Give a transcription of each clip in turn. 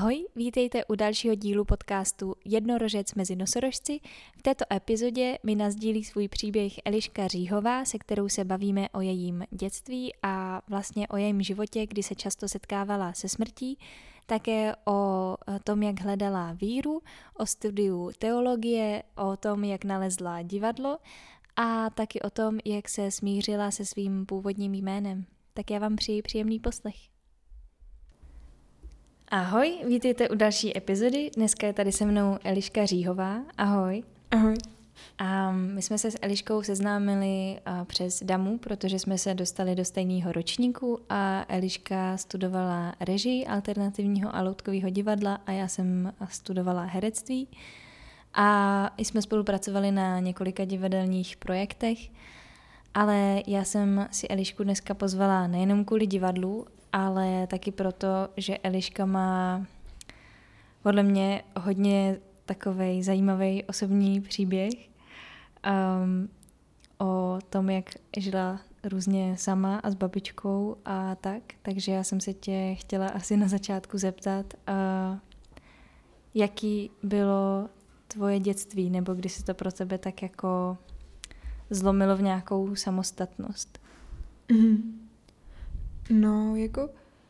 Ahoj, vítejte u dalšího dílu podcastu Jednorožec mezi nosorožci. V této epizodě mi nasdílí svůj příběh Eliška Říhová, se kterou se bavíme o jejím dětství a vlastně o jejím životě, kdy se často setkávala se smrtí, také o tom, jak hledala víru, o studiu teologie, o tom, jak nalezla divadlo a taky o tom, jak se smířila se svým původním jménem. Tak já vám přeji příjemný poslech. Ahoj, vítejte u další epizody. Dneska je tady se mnou Eliška Říhová. Ahoj. Ahoj. A my jsme se s Eliškou seznámili přes Damu, protože jsme se dostali do stejného ročníku a Eliška studovala režii alternativního a loutkového divadla a já jsem studovala herectví. A jsme spolupracovali na několika divadelních projektech, ale já jsem si Elišku dneska pozvala nejenom kvůli divadlu, ale taky proto, že Eliška má podle mě hodně takovej zajímavý osobní příběh o tom, jak žila různě sama a s babičkou a tak. Takže já jsem se tě chtěla asi na začátku zeptat, jaký bylo tvoje dětství, nebo kdy se to pro tebe tak jako zlomilo v nějakou samostatnost? No, jako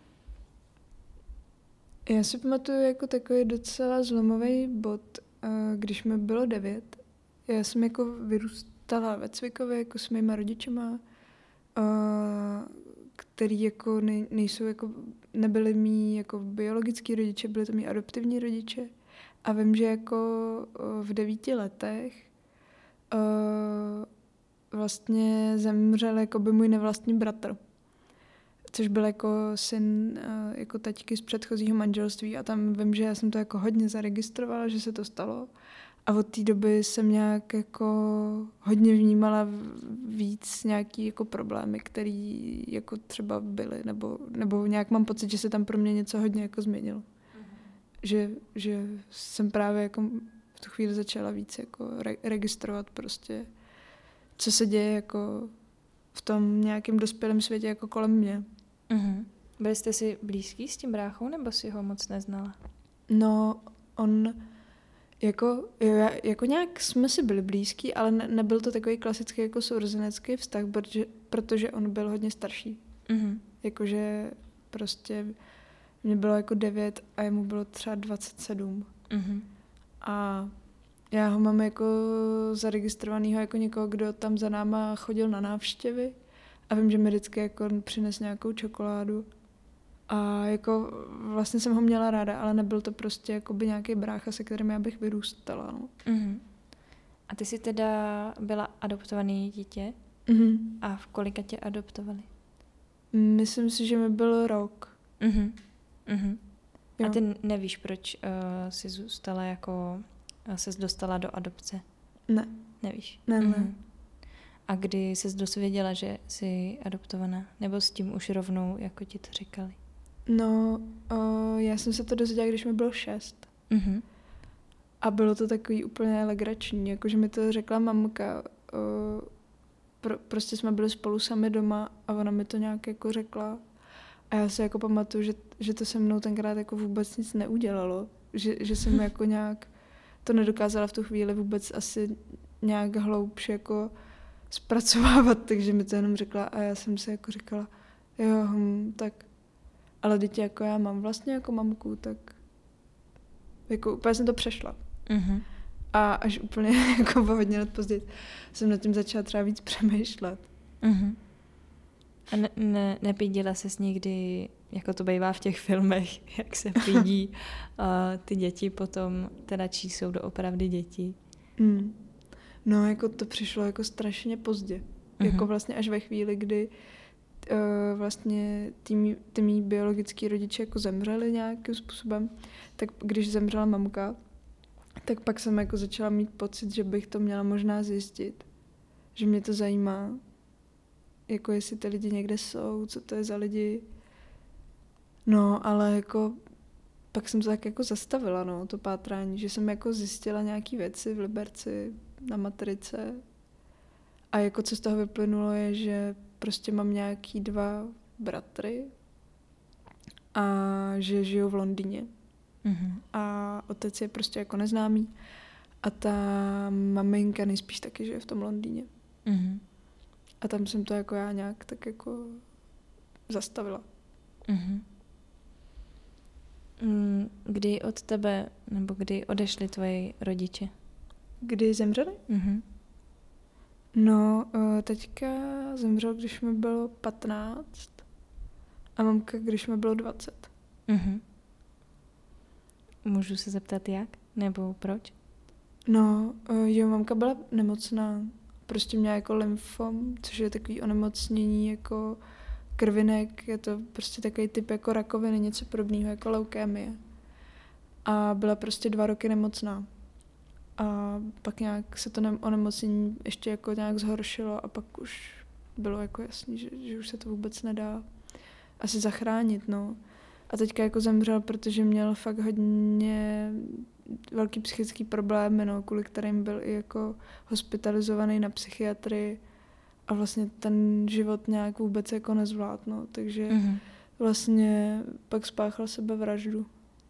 já si pamatuju jako takový docela zlomový bod, když mi bylo 9. Já jsem jako vyrůstala ve Cvikově jako s mýma rodičema, který jako nejsou jako, nebyli mý jako biologický rodiče, byli to mý adoptivní rodiče. A vím, že jako v 9 letech vlastně zemřel jako by můj nevlastní bratr, což byl jako syn jako taťky z předchozího manželství a tam vím, že já jsem to jako hodně zaregistrovala, že se to stalo a od té doby jsem nějak jako hodně vnímala víc nějaký jako problémy, které jako třeba byly, nebo nějak mám pocit, že se tam pro mě něco hodně jako změnilo. Že jsem právě jako v tu chvíli začala víc jako registrovat prostě, co se děje jako v tom nějakém dospělém světě jako kolem mě. Mhm. Byli jste si blízký s tím bráchou, nebo si ho moc neznala? No, on jako nějak jsme si byli blízký, ale nebyl to takový klasický jako sourozenecký vztah, protože on byl hodně starší. Mhm. Jakože prostě mě bylo jako 9 a jemu bylo třeba 27. Mhm. A já ho mám jako zaregistrovanýho jako někoho, kdo tam za náma chodil na návštěvy a vím, že mi vždycky jako přines nějakou čokoládu. A jako vlastně jsem ho měla ráda, ale nebyl to prostě jakoby nějaký brácha, se kterým já bych vyrůstala. No. Mhm. A ty jsi teda byla adoptovaný dítě? Mhm. A v kolika tě adoptovali? Myslím si, že mi byl rok. Mhm. Mhm. Jo. A ty nevíš, proč jsi zůstala jako, ses dostala do adopce? Ne. Nevíš? Ne. Mhm. A kdy jsi dozvěděla, že jsi adoptovaná? Nebo s tím už rovnou, jako ti to říkali? No, já jsem se to dozvěděla, když mi bylo 6. Mhm. A bylo to takový úplně legrační, jakože mi to řekla mamka. Prostě jsme byli spolu sami doma a ona mi to nějak jako řekla. A já si jako pamatuju, že to se mnou tenkrát jako vůbec nic neudělalo. Že jsem jako nějak to nedokázala v tu chvíli vůbec asi nějak hloubš jako zpracovávat, takže mi to jenom řekla a já jsem si jako říkala, jo, tak, ale dítě jako já mám vlastně jako mamku, tak jako úplně jsem to přešla. Mhm. A až úplně jako o hodně let později jsem nad tím začala třeba víc přemýšlet. Mhm. A nepídila ses někdy, jako to bývá v těch filmech, jak se pídí ty děti potom, teda čí jsou doopravdy děti? No, jako to přišlo jako strašně pozdě. Jako vlastně až ve chvíli, kdy vlastně ty mý biologický rodiče jako zemřeli nějakým způsobem, tak když zemřela mamka, tak pak jsem jako začala mít pocit, že bych to měla možná zjistit. Že mě to zajímá, jako jestli ty lidi někde jsou, co to je za lidi. No, ale jako pak jsem to tak jako zastavila, no, to pátrání, že jsem jako zjistila nějaký věci v Liberci na matrice a jako co z toho vyplynulo je, že prostě mám nějaký 2 bratry a že žiju v Londýně. a otec je prostě jako neznámý a ta maminka nejspíš taky žije v tom Londýně. A tam jsem to jako já nějak tak jako zastavila. Kdy od tebe, nebo kdy odešli tvoji rodiče? Kdy zemřeli? No, teďka zemřel, když mi bylo 15 a mamka, když mi bylo 20. Můžu se zeptat jak? Nebo proč? No, jo, mamka byla nemocná. Prostě měla jako lymfom, což je takový onemocnění jako krvinek, je to prostě takový typ jako rakoviny, něco podobného jako leukémie. A byla prostě 2 roky nemocná. A pak nějak se to onemocnění ještě jako nějak zhoršilo a pak už bylo jako jasný, že už se to vůbec nedá asi zachránit, no. A teďka jako zemřel, protože měl fakt hodně velký psychický problémy, no, kvůli kterým byl i jako hospitalizovaný na psychiatrii a vlastně ten život nějak vůbec jako nezvládl, no. Takže vlastně pak spáchal sebevraždu.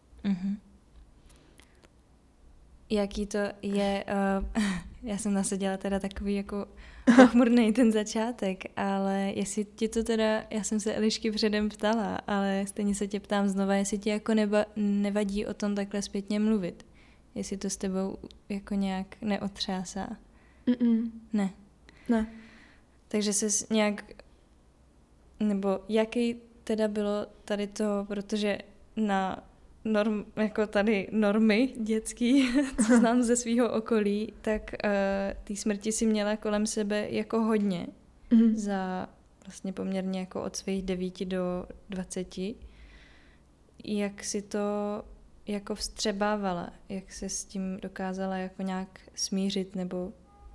Jaký to je, já jsem nasadila teda takový jako pochmurnej ten začátek, ale jestli ti to teda, já jsem se Elišky předem ptala, ale stejně se tě ptám znova, jestli ti jako nevadí o tom takhle zpětně mluvit, jestli to s tebou jako nějak neotřásá. Ne. Takže ses nějak, nebo jaký teda bylo tady to, protože na jako tady normy dětský, co znám ze svého okolí, tak té smrti si měla kolem sebe jako hodně za vlastně poměrně jako od svých 9 do 20. Jak si to jako vstřebávala? Jak se s tím dokázala jako nějak smířit nebo...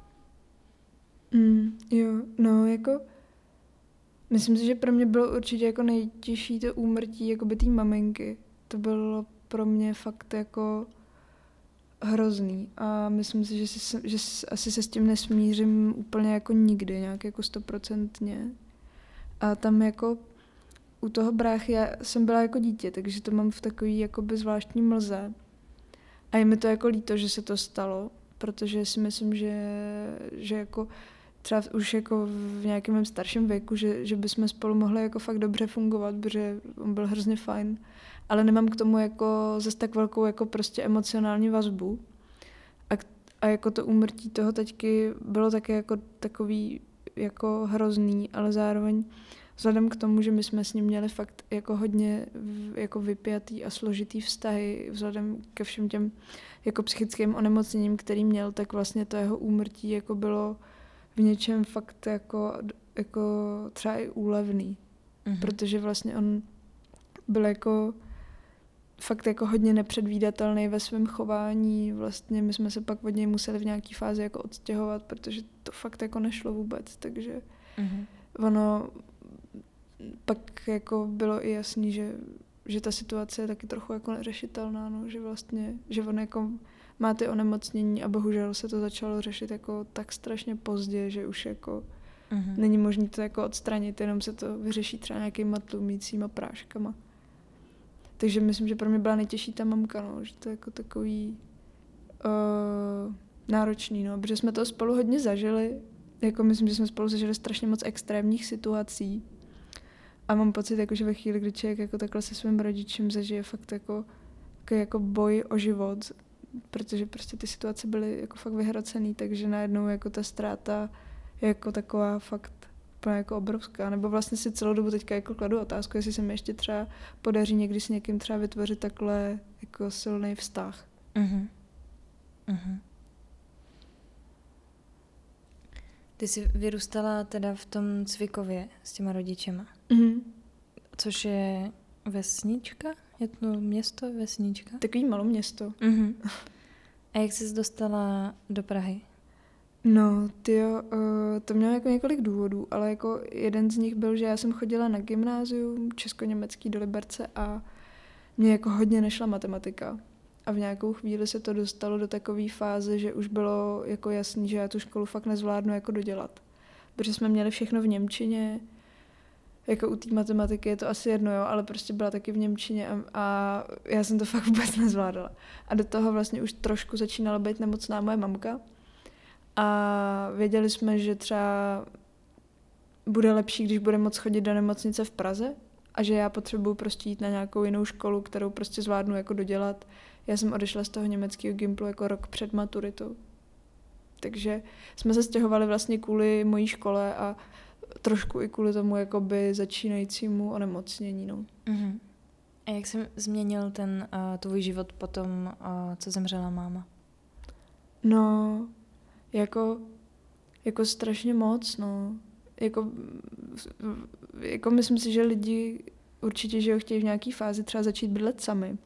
Jo, no jako myslím si, že pro mě bylo určitě jako nejtěžší to úmrtí jakoby té maminky. To bylo pro mě fakt jako hrozný a myslím si, že asi se s tím nesmířím úplně jako nikdy, nějak jako 100%. A tam jako u toho bráchy já jsem byla jako dítě, takže to mám v takový jakoby zvláštní mlze. A je mi to jako líto, že se to stalo, protože si myslím, že jako třeba už jako v nějakém mém starším věku, že bychom spolu mohli jako fakt dobře fungovat, protože on byl hrozně fajn. Ale nemám k tomu jako zase tak velkou jako prostě emocionální vazbu. A jako to úmrtí toho taťky bylo taky jako takový jako hrozný, ale zároveň vzhledem k tomu, že my jsme s ním měli fakt jako hodně jako vypjatý a složitý vztahy, vzhledem ke všem těm jako psychickým onemocněním, který měl, tak vlastně to jeho úmrtí jako bylo v něčem fakt jako třeba i úlevný. Protože vlastně on byl jako fakt jako hodně nepředvídatelný ve svém chování. Vlastně my jsme se pak od něj museli v nějaký fázi jako odstěhovat, protože to fakt jako nešlo vůbec, takže ono pak jako bylo i jasný, že ta situace je taky trochu jako neřešitelná, no, že vlastně, že on jako má ty onemocnění a bohužel se to začalo řešit jako tak strašně pozdě, že už jako není možné to jako odstranit, jenom se to vyřeší třeba nějakýma tlumícíma práškama. Takže myslím, že pro mě byla nejtěžší ta mamka, no, že to je jako takový náročný, no, protože jsme to spolu hodně zažili, jako myslím, že jsme spolu zažili strašně moc extrémních situací a mám pocit, jako, že ve chvíli, kdy člověk jako takhle se svým rodičem zažije fakt jako boj o život, protože prostě ty situace byly jako fakt vyhrocený, takže najednou jako ta ztráta je jako taková fakt jako obrovská, nebo vlastně si celou dobu teďka jako kladu otázku, jestli se mi ještě třeba podaří někdy s někým třeba vytvořit takhle jako silný vztah. Ty jsi vyrůstala teda v tom Cvikově s těma rodičema, což je vesnička? Je to město, vesnička? Takový maloměsto. A jak jsi dostala do Prahy? No, tyjo, to mělo jako několik důvodů, ale jako jeden z nich byl, že já jsem chodila na gymnázium česko-německý do Liberce a mě jako hodně nešla matematika. A v nějakou chvíli se to dostalo do takové fáze, že už bylo jako jasný, že já tu školu fakt nezvládnu jako dodělat. Protože jsme měli všechno v němčině, Jako u té matematiky je to asi jedno, jo, ale prostě byla taky v němčině a já jsem to fakt vůbec nezvládala. A do toho vlastně už trošku začínala být nemocná moje mamka. A věděli jsme, že třeba bude lepší, když bude moc chodit do nemocnice v Praze a že já potřebuju prostě jít na nějakou jinou školu, kterou prostě zvládnu jako dodělat. Já jsem odešla z toho německého gymplu jako rok před maturitou. Takže jsme se stěhovali vlastně kvůli mojí škole a trošku i kvůli tomu jakoby začínajícímu onemocnění. No. Uh-huh. A jak jsi změnil ten tvůj život potom, co zemřela máma? No, jako strašně moc, no. Jako myslím si, že lidi určitě, že ho chtějí v nějaký fázi třeba začít bydlet sami.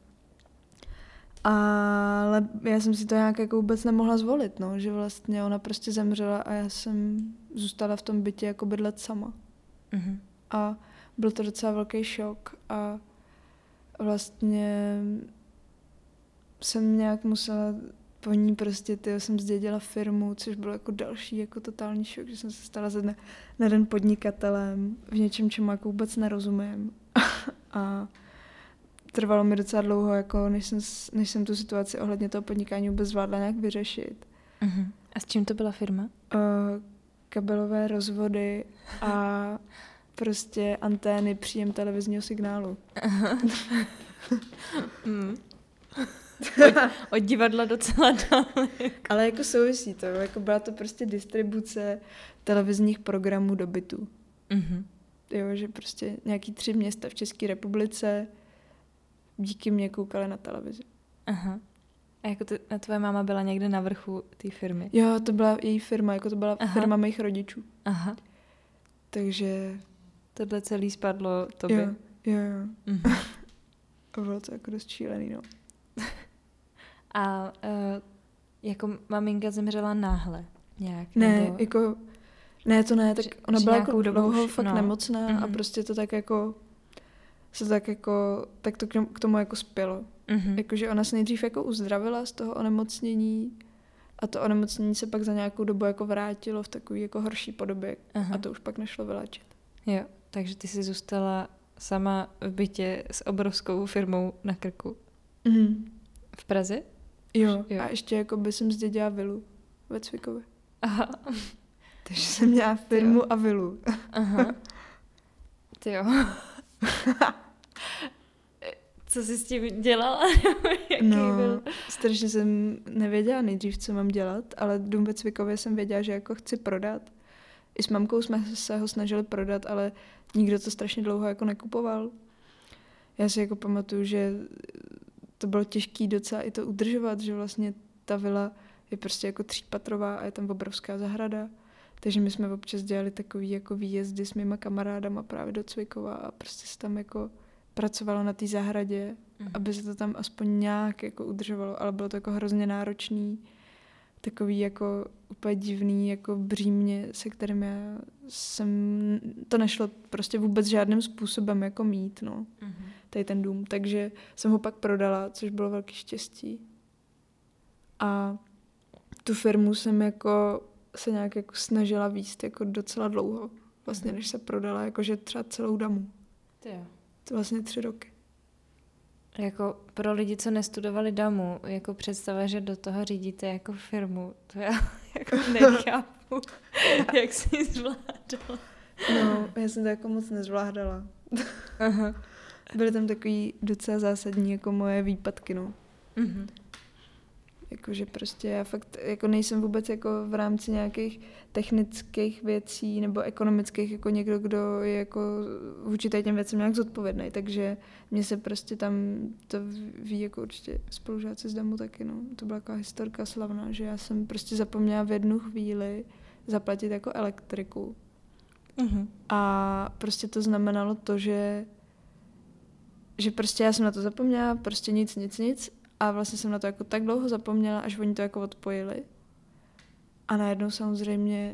Ale já jsem si to nějak jako vůbec nemohla zvolit, no, že vlastně ona prostě zemřela a já jsem zůstala v tom bytě jako bydlet sama. Uh-huh. A byl to docela velký šok a vlastně jsem nějak musela po ní prostě, jsem zdědila firmu, což bylo jako další jako totální šok, že jsem se stala ze dne na den podnikatelem v něčem, čemu jako vůbec nerozumím. A trvalo mi docela dlouho, jako než jsem tu situaci ohledně toho podnikání vůbec zvládla nějak vyřešit. Uh-huh. A s čím to byla firma? Kabelové rozvody a prostě antény, příjem televizního signálu. Od divadla docela daleko. Ale jako souvisí to, jako byla to prostě distribuce televizních programů do bytu. Uh-huh. Jo, že prostě nějaký 3 města v České republice díky mě koukali na televizi. Aha. A jako tvoje máma byla někde na vrchu té firmy? Jo, to byla její firma, jako to byla firma mých rodičů. Aha. Takže... Tohle celý spadlo tobě? Jo. Uh-huh. A bylo to jako dost šílený, no. A jako maminka zemřela náhle nějak? Ne, nebo... jako... Ne, to ne, tak ona byla jako dlouho už, fakt nemocná a prostě to tak jako... Tak to k tomu jako spělo. Uh-huh. Jakože ona se nejdřív jako uzdravila z toho onemocnění a to onemocnění se pak za nějakou dobu jako vrátilo v takový jako horší podobě a to už pak nešlo vyléčit. Jo, takže ty jsi zůstala sama v bytě s obrovskou firmou na krku. Mm. V Praze? Jo, a ještě jako by jsem zdědila vilu ve Cvikově. Aha. Takže jsem měla firmu a vilu. Aha. Ty jo. Co jsi s tím dělala? Strašně jsem nevěděla nejdřív, co mám dělat, ale dům ve Cvikově jsem věděla, že jako chci prodat. I s mamkou jsme se ho snažili prodat, ale nikdo to strašně dlouho jako nekupoval. Já si jako pamatuju, že to bylo těžký docela i to udržovat, že vlastně ta vila je prostě jako 3patrová a je tam obrovská zahrada. Takže my jsme občas dělali takový jako výjezdy s mýma kamarádama právě do Cvikova a prostě se tam jako pracovalo na té zahradě, aby se to tam aspoň nějak jako udržovalo, ale bylo to jako hrozně náročný, takový jako úplně divný jako břímě, se kterým já to nešlo prostě vůbec žádným způsobem jako mít, no, tady ten dům, takže jsem ho pak prodala, což bylo velký štěstí. A tu firmu jsem jako se nějak jako snažila vést jako docela dlouho, vlastně než se prodala, jakože třeba celou damu. To vlastně 3 roky. Jako pro lidi, co nestudovali damu, jako představa, že do toho řídíte jako firmu, to já jako nechápu, jak jsi ji zvládala. No, já jsem to jako moc nezvládala. Aha. Byly tam takový docela zásadní jako moje výpadky, no. Mhm. Jakože prostě já fakt jako nejsem vůbec jako v rámci nějakých technických věcí nebo ekonomických jako někdo, kdo je jako vůči těm věcem nějak zodpovědný, takže mě se prostě tam to ví jako určitě spolužáci z damu taky, no. To byla taková historka slavná, že já jsem prostě zapomněla v jednu chvíli zaplatit jako elektriku. Mhm. A prostě to znamenalo to, že prostě já jsem na to zapomněla, prostě nic a vlastně jsem na to jako tak dlouho zapomněla, až oni to jako odpojili. A najednou samozřejmě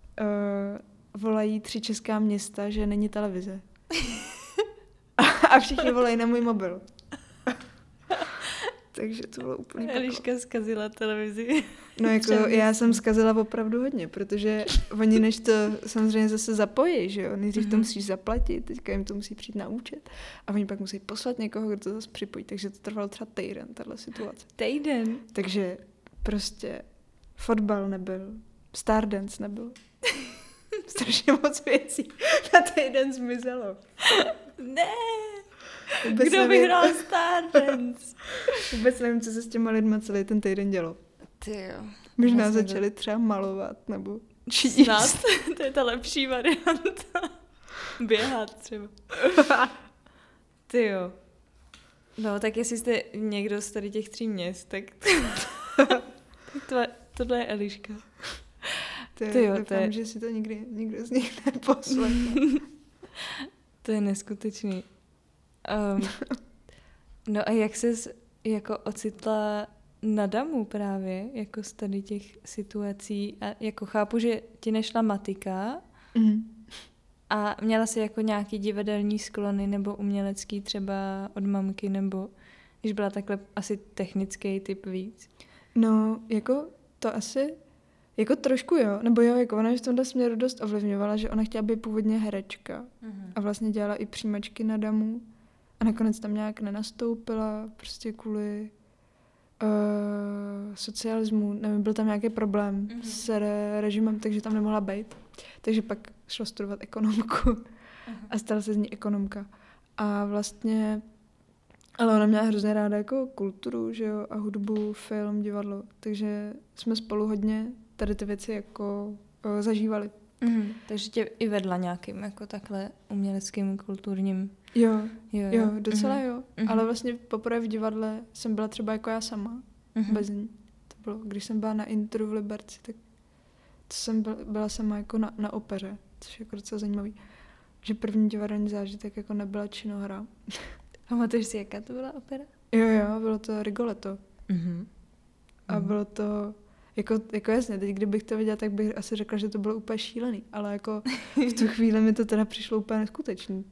volají 3 česká města, že není televize. A všichni volají na můj mobil. Takže to bylo úplně peklo. Eliška zkazila televizi. No jako já jsem zkazila opravdu hodně, protože oni než to samozřejmě zase zapojí, že jo, nejdřív to musíš zaplatit, teďka jim to musí přijít na účet a oni pak musí poslat někoho, kdo to zase připojí, takže to trvalo třeba týden, tahle situace. Týden? Takže prostě fotbal nebyl, Stardance nebyl. Strašně moc věcí na týden zmizelo. Ne! Kdo vyhrál Stardance? Vůbec nevím, co se s těma lidma celý ten týden dělo. Tyjo. Možná začali třeba malovat, nebo číst. Snad, to je ta lepší varianta. Běhat třeba. Tyjo. No, tak jestli jste někdo z tady těch 3 měst, tak tohle je Eliška. Tyjo, doufám, že si to nikdo z nich neposlechne. To je neskutečný. No a jak ses jako ocitla na Damu právě, jako z tady těch situací a jako chápu, že ti nešla matika a měla jsi jako nějaký divadelní sklony nebo umělecký třeba od mamky nebo když byla takhle asi technický typ víc? No, jako to asi, jako trošku jo, nebo jo, jako ona v tomhle směru dost ovlivňovala, že ona chtěla být původně herečka a vlastně dělala i přijímačky na Damu a nakonec tam nějak nenastoupila, prostě kvůli socialismu, nevím, byl tam nějaký problém s režimem, takže tam nemohla být. Takže pak šla studovat ekonomku a stala se z ní ekonomka. A vlastně, ale ona měla hrozně ráda jako kulturu, že jo, a hudbu, film, divadlo, takže jsme spolu hodně tady ty věci jako zažívali. Takže tě i vedla nějakým jako takhle uměleckým, kulturním. Jo, docela jo. Ale vlastně poprvé v divadle jsem byla třeba jako já sama, bez ní. To bylo, když jsem byla na intru v Liberci, tak to jsem byla sama jako na opeře, což je jako docela zajímavý. Že první divadelní zážitek jako nebyla činohra. Pamatuješ si, jaká to byla opera? Jo, bylo to Rigoletto. A bylo to, jako jasně, teď kdybych to viděla, tak bych asi řekla, že to bylo úplně šílený, ale jako v tu chvíli mi to teda přišlo úplně neskutečný.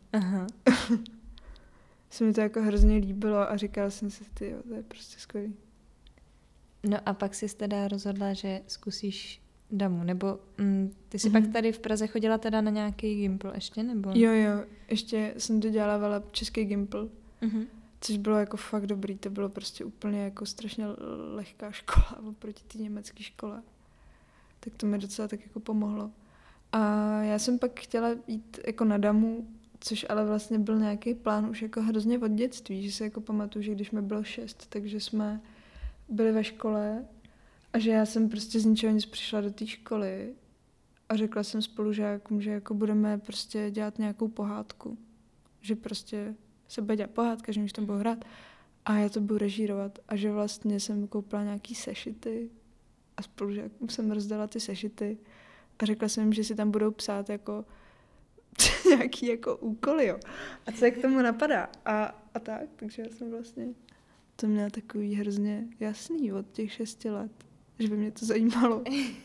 Se mi to jako hrozně líbilo a říkala jsem si, tyjo, to je prostě skvělý. No a pak jsi teda rozhodla, že zkusíš Damu, nebo ty jsi pak tady v Praze chodila teda na nějaký Gimpl ještě, nebo? Jo, ještě jsem to dělávala český Gimpl, což bylo jako fakt dobrý, to bylo prostě úplně jako strašně lehká škola oproti té německé škole. Tak to mi docela tak jako pomohlo. A já jsem pak chtěla jít jako na Damu, což ale vlastně byl nějaký plán už jako hrozně od dětství, že se jako pamatuju, že když mi bylo 6, takže jsme byli ve škole a že já jsem prostě z ničeho nic přišla do té školy a řekla jsem spolužákům, že jako budeme prostě dělat nějakou pohádku. Že prostě se bude dělat pohádka, že mi v tom budu hrát a já to budu režírovat. A že vlastně jsem koupila nějaký sešity a spolužákům jsem rozdala ty sešity a řekla jsem jim, že si tam budou psát jako nějaký jako úkoly, jo. A co je k tomu napadá. A tak, takže já jsem vlastně to měla takový hrozně jasný od těch 6 let, že by mě to zajímalo.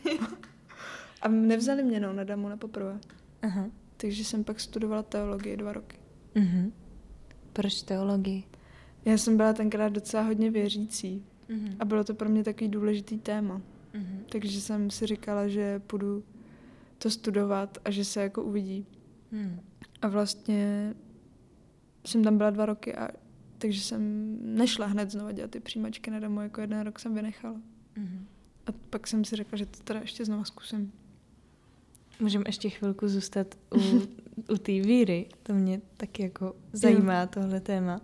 A nevzali mě na Damu na poprvé. Takže jsem pak studovala teologii 2 roky. Proč teologii? Já jsem byla tenkrát docela hodně věřící a bylo to pro mě takový důležitý téma. Takže jsem si říkala, že půjdu to studovat a že se jako uvidí. A vlastně jsem tam byla 2 roky a takže jsem nešla hned znova dělat ty přijímačky na Damu, jako 1 rok jsem vynechala. A pak jsem si řekla, že to teda ještě znova zkusím. Můžeme ještě chvilku zůstat u té víry. To mě taky jako zajímá tohle téma.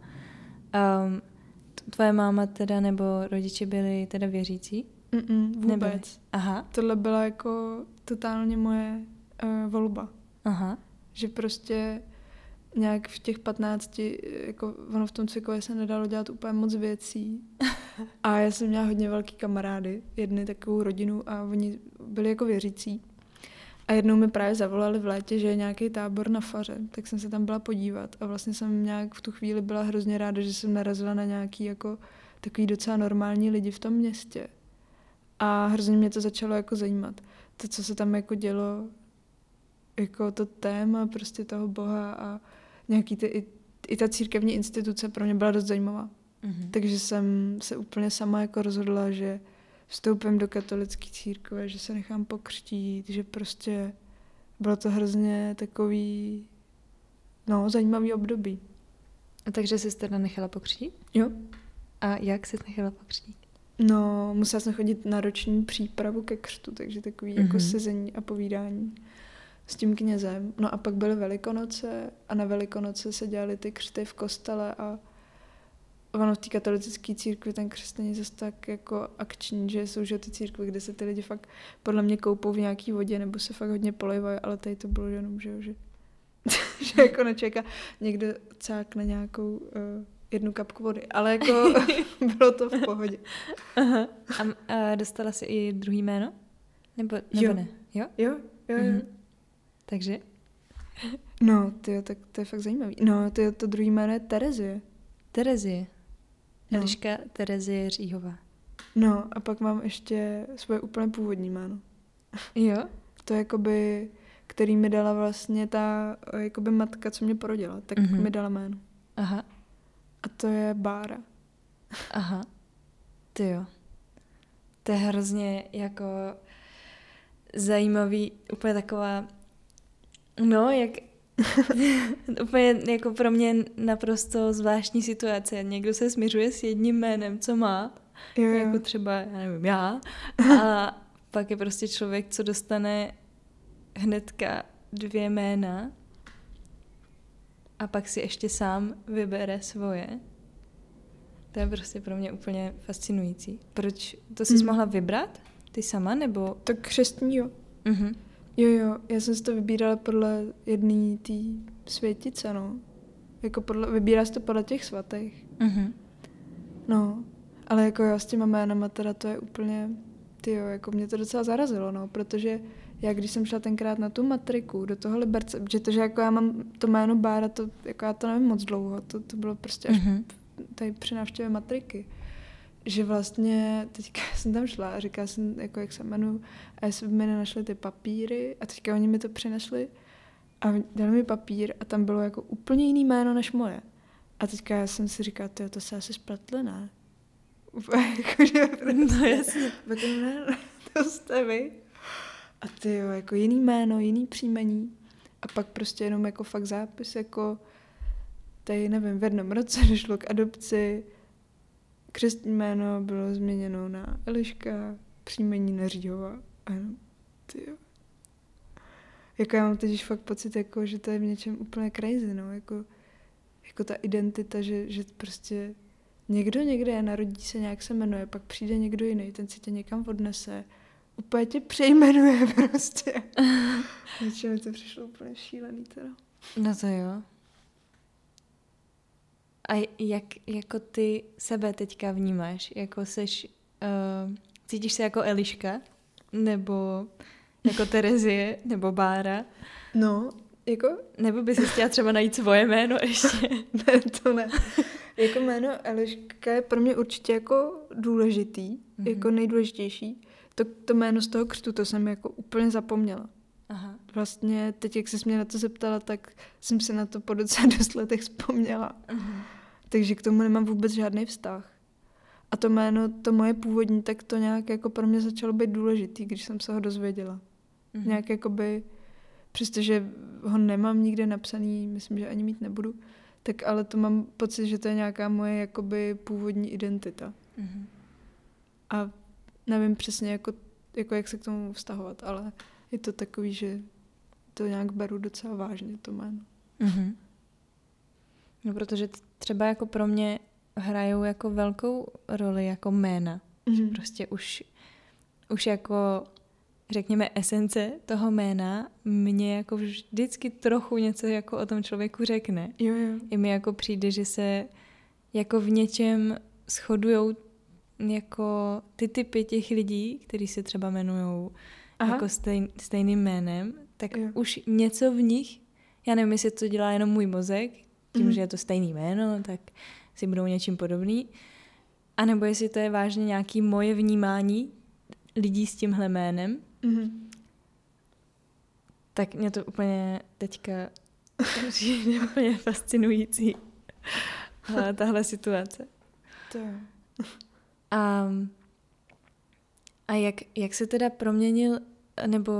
Tvoje máma teda nebo rodiče byli teda věřící? Vůbec. Nebyli. Aha. Tohle byla jako totálně moje volba. Aha. Že prostě nějak v těch 15, jako ono v tom cvikově se nedalo dělat úplně moc věcí. A já jsem měla hodně velký kamarády, jedny takovou rodinu a oni byli jako věřící. A jednou mi právě zavolali v létě, že je nějaký tábor na faře, tak jsem se tam byla podívat a vlastně jsem nějak v tu chvíli byla hrozně ráda, že jsem narazila na nějaký jako takový docela normální lidi v tom městě. A hrozně mě to začalo jako zajímat. To, co se tam jako dělo, jako to téma prostě toho Boha a nějaký ty, i ta církevní instituce pro mě byla dost zajímavá. Takže jsem se úplně sama jako rozhodla, že vstoupím do katolické církve, že se nechám pokřtít, že prostě bylo to hrozně takový, zajímavý období. A takže jsi teda nechala pokřtít? Jo. A jak jsi nechala pokřtít? No, musela jsem chodit na roční přípravu ke křtu, takže takový jako sezení a povídání s tím knězem. No a pak byly Velikonoce a na Velikonoce se dělaly ty křty v kostele a ono v té katolické církvi ten křest není zase tak jako akční, že jsou že ty církve, kde se ty lidi fakt podle mě koupou v nějaký vodě nebo se fakt hodně polejvají, ale tady to bylo jenom, že jako nečeká někdo cákne nějakou jednu kapku vody, ale jako bylo to v pohodě. Aha. A dostala jsi i druhý jméno? Nebo ne? Jo. Takže? No, tak to je fakt zajímavý. No, to druhý jméno je Terezie. Terezie. No. Eliška Terezie Říhová. No, a pak mám ještě svoje úplně původní jméno. Jo? To je jakoby, který mi dala vlastně ta jakoby matka, co mě porodila, tak mi dala jméno. Aha. A to je Bára. Aha. Ty jo. To je hrozně jako zajímavý, úplně taková, jak úplně jako pro mě naprosto zvláštní situace. Někdo se smiřuje s jedním jménem, co má, jako třeba, já nevím, já, a pak je prostě člověk, co dostane hnedka 2 jména a pak si ještě sám vybere svoje. To je prostě pro mě úplně fascinující. Proč to jsi mohla vybrat? Ty sama, nebo? Tak křestní, jo. Jo, já jsem si to vybírala podle jedné té světice, no. Jako vybírá se to podle těch svatých. No, ale jako já s těma jménama teda to je úplně, jako mě to docela zarazilo, no, protože já když jsem šla tenkrát na tu matriku do toho Liberce, protože jako já mám to jméno Bára, to jako já to nevím moc dlouho, to bylo prostě až tady při návštěvě matriky. Že vlastně teďka jsem tam šla a říkala jsem, jako jak se jmenuji, a jestli by mi nenašli ty papíry a teďka oni mi to přinesli a dali mi papír a tam bylo jako úplně jiný jméno než moje. A teďka já jsem si říkala, to se asi spletli, ne? No jasně. Ne, to jste vy. A jako jiný jméno, jiný příjmení a pak prostě jenom jako fakt zápis, jako tady nevím, v jednom roce došlo k adopci, křestní jméno bylo změněno na Eliška, příjmení na Říhová. A jenom, jako já mám teď fakt pocit, jako, že to je v něčem úplně crazy, no, jako ta identita, že prostě někdo někde je, narodí se, nějak se jmenuje, pak přijde někdo jiný, ten si tě někam odnese, úplně tě přejmenuje prostě. Něčemu to přišlo úplně šílený teda. No to jo. A jak jako ty sebe teďka vnímáš? Jako cítíš se jako Eliška? Nebo jako Terezie? Nebo Bára? No, jako... Nebo bys si chtěla třeba najít svoje jméno ještě? Ne, to ne. Jako jméno Eliška je pro mě určitě jako důležitý, jako nejdůležitější. To jméno z toho křtu, to jsem jako úplně zapomněla. Aha. Vlastně teď, jak jsi mě na to zeptala, tak jsem si na to po docela dost letech vzpomněla. Takže k tomu nemám vůbec žádný vztah. A to jméno, to moje původní, tak to nějak jako pro mě začalo být důležitý, když jsem se ho dozvěděla. Nějak jakoby, přestože ho nemám nikde napsaný, myslím, že ani mít nebudu, tak ale to mám pocit, že to je nějaká moje jakoby původní identita. A nevím přesně, jako jak se k tomu vztahovat, ale je to takový, že to nějak beru docela vážně, to jméno. No, protože třeba jako pro mě hrajou jako velkou roli jako jména. Prostě už jako řekněme esence toho jména mě jako vždycky trochu něco jako o tom člověku řekne. Jo. I mi jako přijde, že se jako v něčem shodujou jako ty typy těch lidí, kteří se třeba jmenujou jako stejným jménem, tak už něco v nich, já nevím, jestli to dělá jenom můj mozek, tím, že je to stejný jméno, tak si budou něčím podobný. A nebo jestli to je vážně nějaké moje vnímání lidí s tímhle jménem, tak mě to úplně teďka přijde úplně fascinující tahle situace. To jo. A jak se teda proměnil, nebo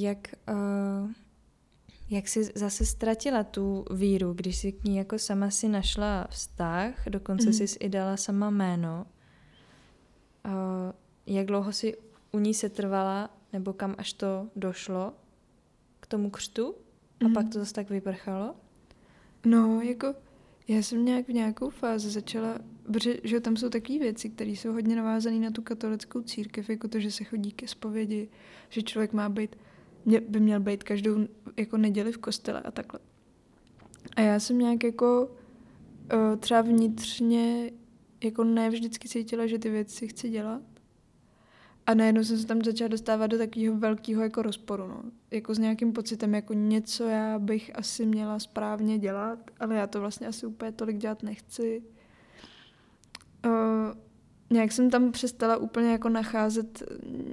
jak jsi zase ztratila tu víru, když jsi k ní jako sama si našla vztah, dokonce jsi i dala sama jméno. Jak dlouho jsi u ní setrvala, nebo kam až to došlo k tomu křtu? A pak to zase tak vyprchalo? No, jako já jsem nějak v nějakou fázi začala, protože že tam jsou takové věci, které jsou hodně navázané na tu katolickou církev, jako to, že se chodí ke zpovědi, že člověk by měl být každou jako neděli v kostele a takhle. A já jsem nějak jako třeba vnitřně jako ne vždycky cítila, že ty věci chci dělat. A najednou jsem se tam začala dostávat do takového velkého jako rozporu, no. Jako s nějakým pocitem, jako něco já bych asi měla správně dělat, ale já to vlastně asi úplně tolik dělat nechci. Nějak jsem tam přestala úplně jako nacházet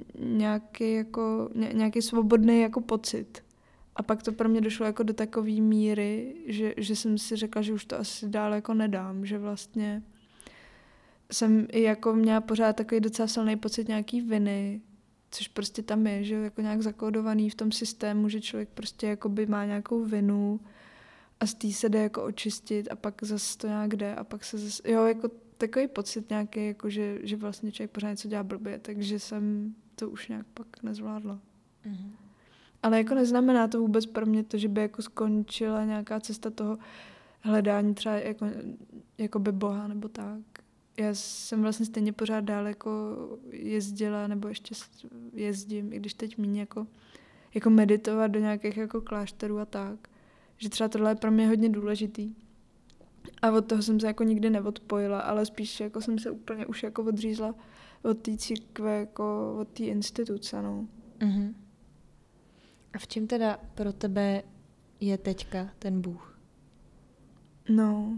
nějaký svobodný jako pocit. A pak to pro mě došlo jako do takové míry, že jsem si řekla, že už to asi dál jako nedám, že vlastně jsem i jako měla pořád takový docela silný pocit nějaký viny, což prostě tam je, že jako nějak zakódovaný v tom systému, že člověk prostě jakoby má nějakou vinu a z té se jde jako očistit a pak zase to nějak jde a pak se zase, jo, jako takový pocit nějaký, jako že vlastně člověk pořád něco dělá blbě, takže jsem to už nějak pak nezvládla. Mm-hmm. Ale jako neznamená to vůbec pro mě to, že by jako skončila nějaká cesta toho hledání třeba jako by Boha nebo tak. Já jsem vlastně stejně pořád dál jako jezdila, nebo ještě jezdím, i když teď míň jako meditovat do nějakých jako klášterů a tak. Že třeba tohle je pro mě hodně důležitý. A od toho jsem se jako nikdy neodpojila, ale spíš jako jsem se úplně už jako odřízla od té církve, jako od té instituce, no. Uh-huh. A v čem teda pro tebe je teďka ten Bůh? No,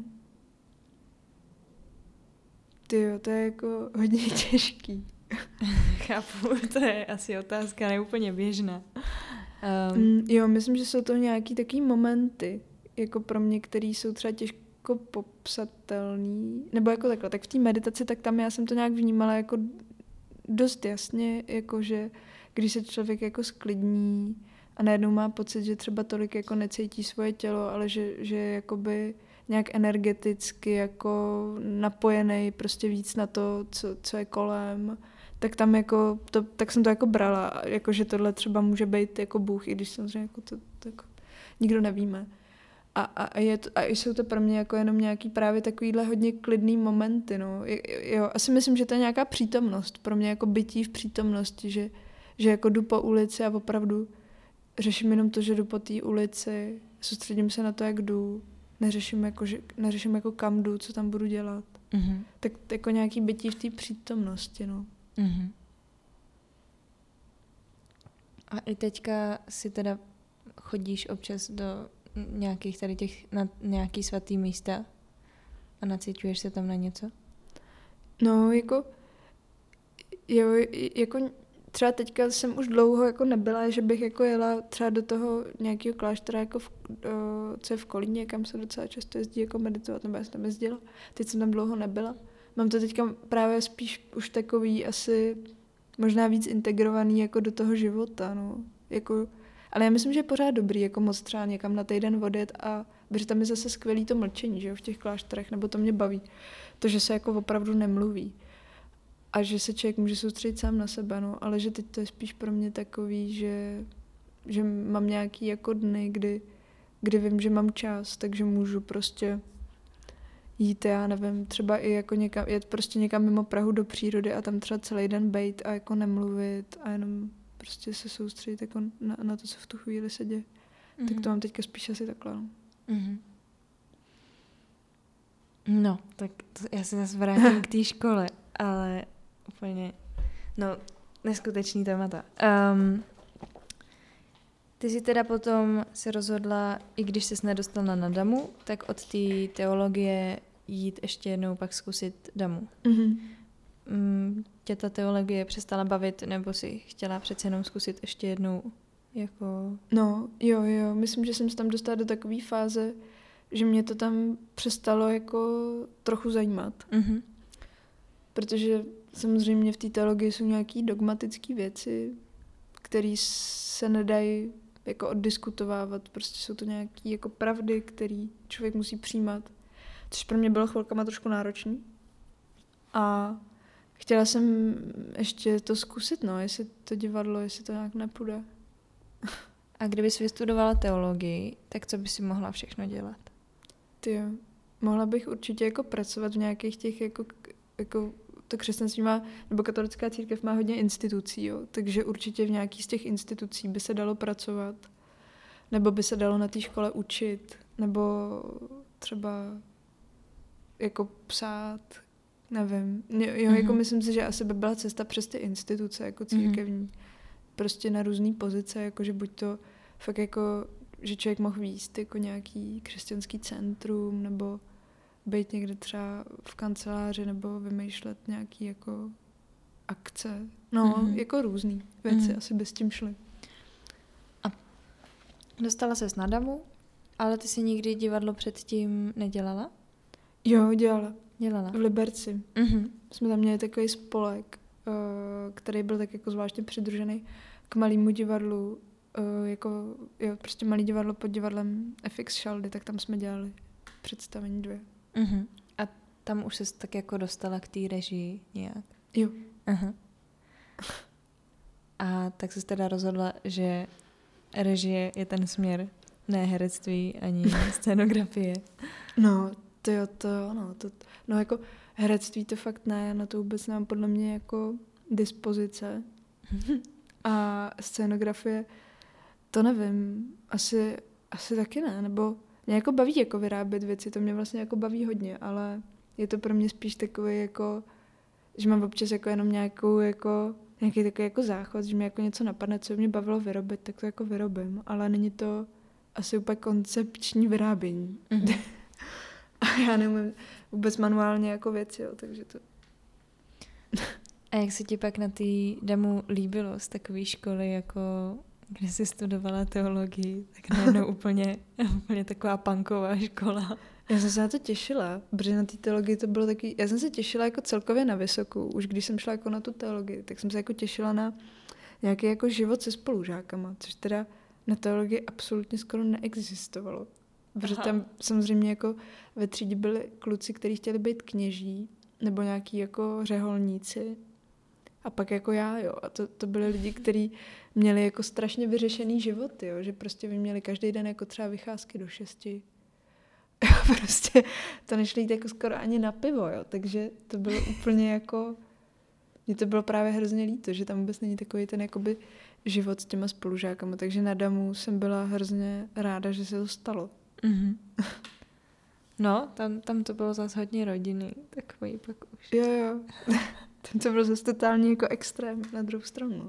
tyjo, to je jako hodně těžký. Chápu, to je asi otázka neúplně běžná. Jo, myslím, že jsou to nějaký takový momenty, jako pro mě, který jsou třeba těžko popsatelný, nebo jako takhle, tak v té meditaci, tak tam já jsem to nějak vnímala jako dost jasně, jako že když se člověk jako sklidní a najednou má pocit, že třeba tolik jako necítí svoje tělo, ale že jakoby nějak energeticky jako napojený prostě víc na to, co je kolem, tak tam jako tak jsem to jako brala, jako že tohle třeba může být jako Bůh, i když samozřejmě jako to jako nikdo nevíme. A jsou to pro mě jako jenom nějaký právě takovýhle hodně klidný momenty, no. Jo, asi myslím, že to je nějaká přítomnost, pro mě jako bytí v přítomnosti, že jako jdu po ulici a opravdu řeším jenom to, že jdu po té ulici, soustředím se na to, jak jdu, neřeším jako kam jdu, co tam budu dělat. Mm-hmm. Tak jako nějaký bytí v té přítomnosti, no. Mm-hmm. A i teďka si teda chodíš občas do nějakých tady těch, na nějaký svatý místa a nacíťuješ se tam na něco? No, jako třeba teďka jsem už dlouho jako nebyla, že bych jako jela třeba do toho nějakého kláštera, jako co je v Kolíně, kam se docela často jezdí jako meditovat, nebo já jsem tam jezdila. Teď jsem tam dlouho nebyla. Mám to teďka právě spíš už takový asi možná víc integrovaný jako do toho života, no. Jako, ale já myslím, že je pořád dobrý jako moc třeba někam na týden odjet a protože tam je zase skvělý to mlčení, že jo, v těch klášterech, nebo to mě baví. To, že se jako opravdu nemluví. A že se člověk může soustředit sám na sebe, no, ale že teď to je spíš pro mě takový, že mám nějaký jako dny, kdy vím, že mám čas, takže můžu prostě jít, já nevím, třeba i jako jet prostě někam mimo Prahu do přírody a tam třeba celý den bejt a jako nemluvit a jenom prostě se soustředit jako na to, co v tu chvíli se děje. Mm-hmm. Tak to mám teďka spíš asi takhle. No. Mm-hmm. No, tak já se zase vrátím k té škole, ale úplně, no, neskutečný témata. Ty jsi teda potom se rozhodla, i když ses nedostala na damu, tak od té teologie jít ještě jednou pak zkusit damu. Mm-hmm. Tě ta teologie přestala bavit, nebo si chtěla přece jenom zkusit ještě jednou? Jako... No, jo, myslím, že jsem se tam dostala do takové fáze, že mě to tam přestalo jako trochu zajímat. Mm-hmm. Protože samozřejmě v té teologii jsou nějaké dogmatické věci, které se nedají jako oddiskutovávat. Prostě jsou to nějaké jako pravdy, které člověk musí přijímat. Což pro mě bylo chvilkama trošku náročný. A chtěla jsem ještě to zkusit, no, jestli to divadlo, jestli to nějak nepůjde. A kdybys vystudovala teologii, tak co by si mohla všechno dělat? Tyjo, mohla bych určitě jako pracovat v nějakých těch jako to křesťanství má, nebo katolická církev má hodně institucí, jo, takže určitě v nějaký z těch institucí by se dalo pracovat, nebo by se dalo na té škole učit, nebo třeba jako psát, nevím. Jo, jako myslím si, že asi by byla cesta přes ty instituce jako církevní. Prostě na různý pozice, jakože buď to fakt jako, že člověk mohl výjist jako nějaký křesťanský centrum, nebo být někde třeba v kanceláři, nebo vymýšlet nějaký jako akce. No, jako různý věci asi by s tím šly. A dostala ses na Damu, ale ty si nikdy divadlo předtím nedělala? Jo, dělala. Dělala. V Liberci. Jsme tam měli takový spolek, který byl tak jako zvláštně přidružený k malému divadlu, jako jo, prostě malý divadlo pod divadlem FX Šaldy, tak tam jsme dělali představení 2. A tam už ses tak jako dostala k té režii nějak? Jo. A tak ses teda rozhodla, že režie je ten směr, ne herectví ani scénografie. No, no jako herectví to fakt ne, na to vůbec nemám podle mě jako dispozice. A scénografie, to nevím, asi taky ne, nebo mě jako baví jako vyrábět věci, to mě vlastně jako baví hodně, ale je to pro mě spíš takový jako, že mám občas jako jenom nějaký takový jako záchod, že mi jako něco napadne, co mě bavilo vyrobit, tak to jako vyrobím, ale není to asi úplně koncepční vyrábění. A já neumím vůbec manuálně jako věci, jo, takže to... A jak se ti pak na té Damu líbilo z takové školy, jako kde jsi studovala teologii, tak najednou úplně taková punková škola. Já jsem se na to těšila, protože na té teologii to bylo taky... Já jsem se těšila jako celkově na vysokou, už když jsem šla jako na tu teologii, tak jsem se jako těšila na nějaký jako život se spolužákama, což teda na teologii absolutně skoro neexistovalo. Protože tam samozřejmě jako ve třídě byli kluci, kteří chtěli být kněží, nebo nějaký jako řeholníci. A pak jako já, jo. A to byli lidi, kteří měli jako strašně vyřešený život, jo. Že prostě měli každý den jako třeba vycházky do 6. Prostě to nešli jít jako skoro ani na pivo, jo. Takže to bylo úplně jako... Mně to bylo právě hrozně líto, že tam vůbec není takový ten jakoby život s těma spolužákama. Takže na Damu jsem byla hrozně ráda, že se to stalo. No, tam to bylo zase hodně rodinný, takový pak už. Jo. Tam to bylo zase totálně jako extrém na druhou stranu.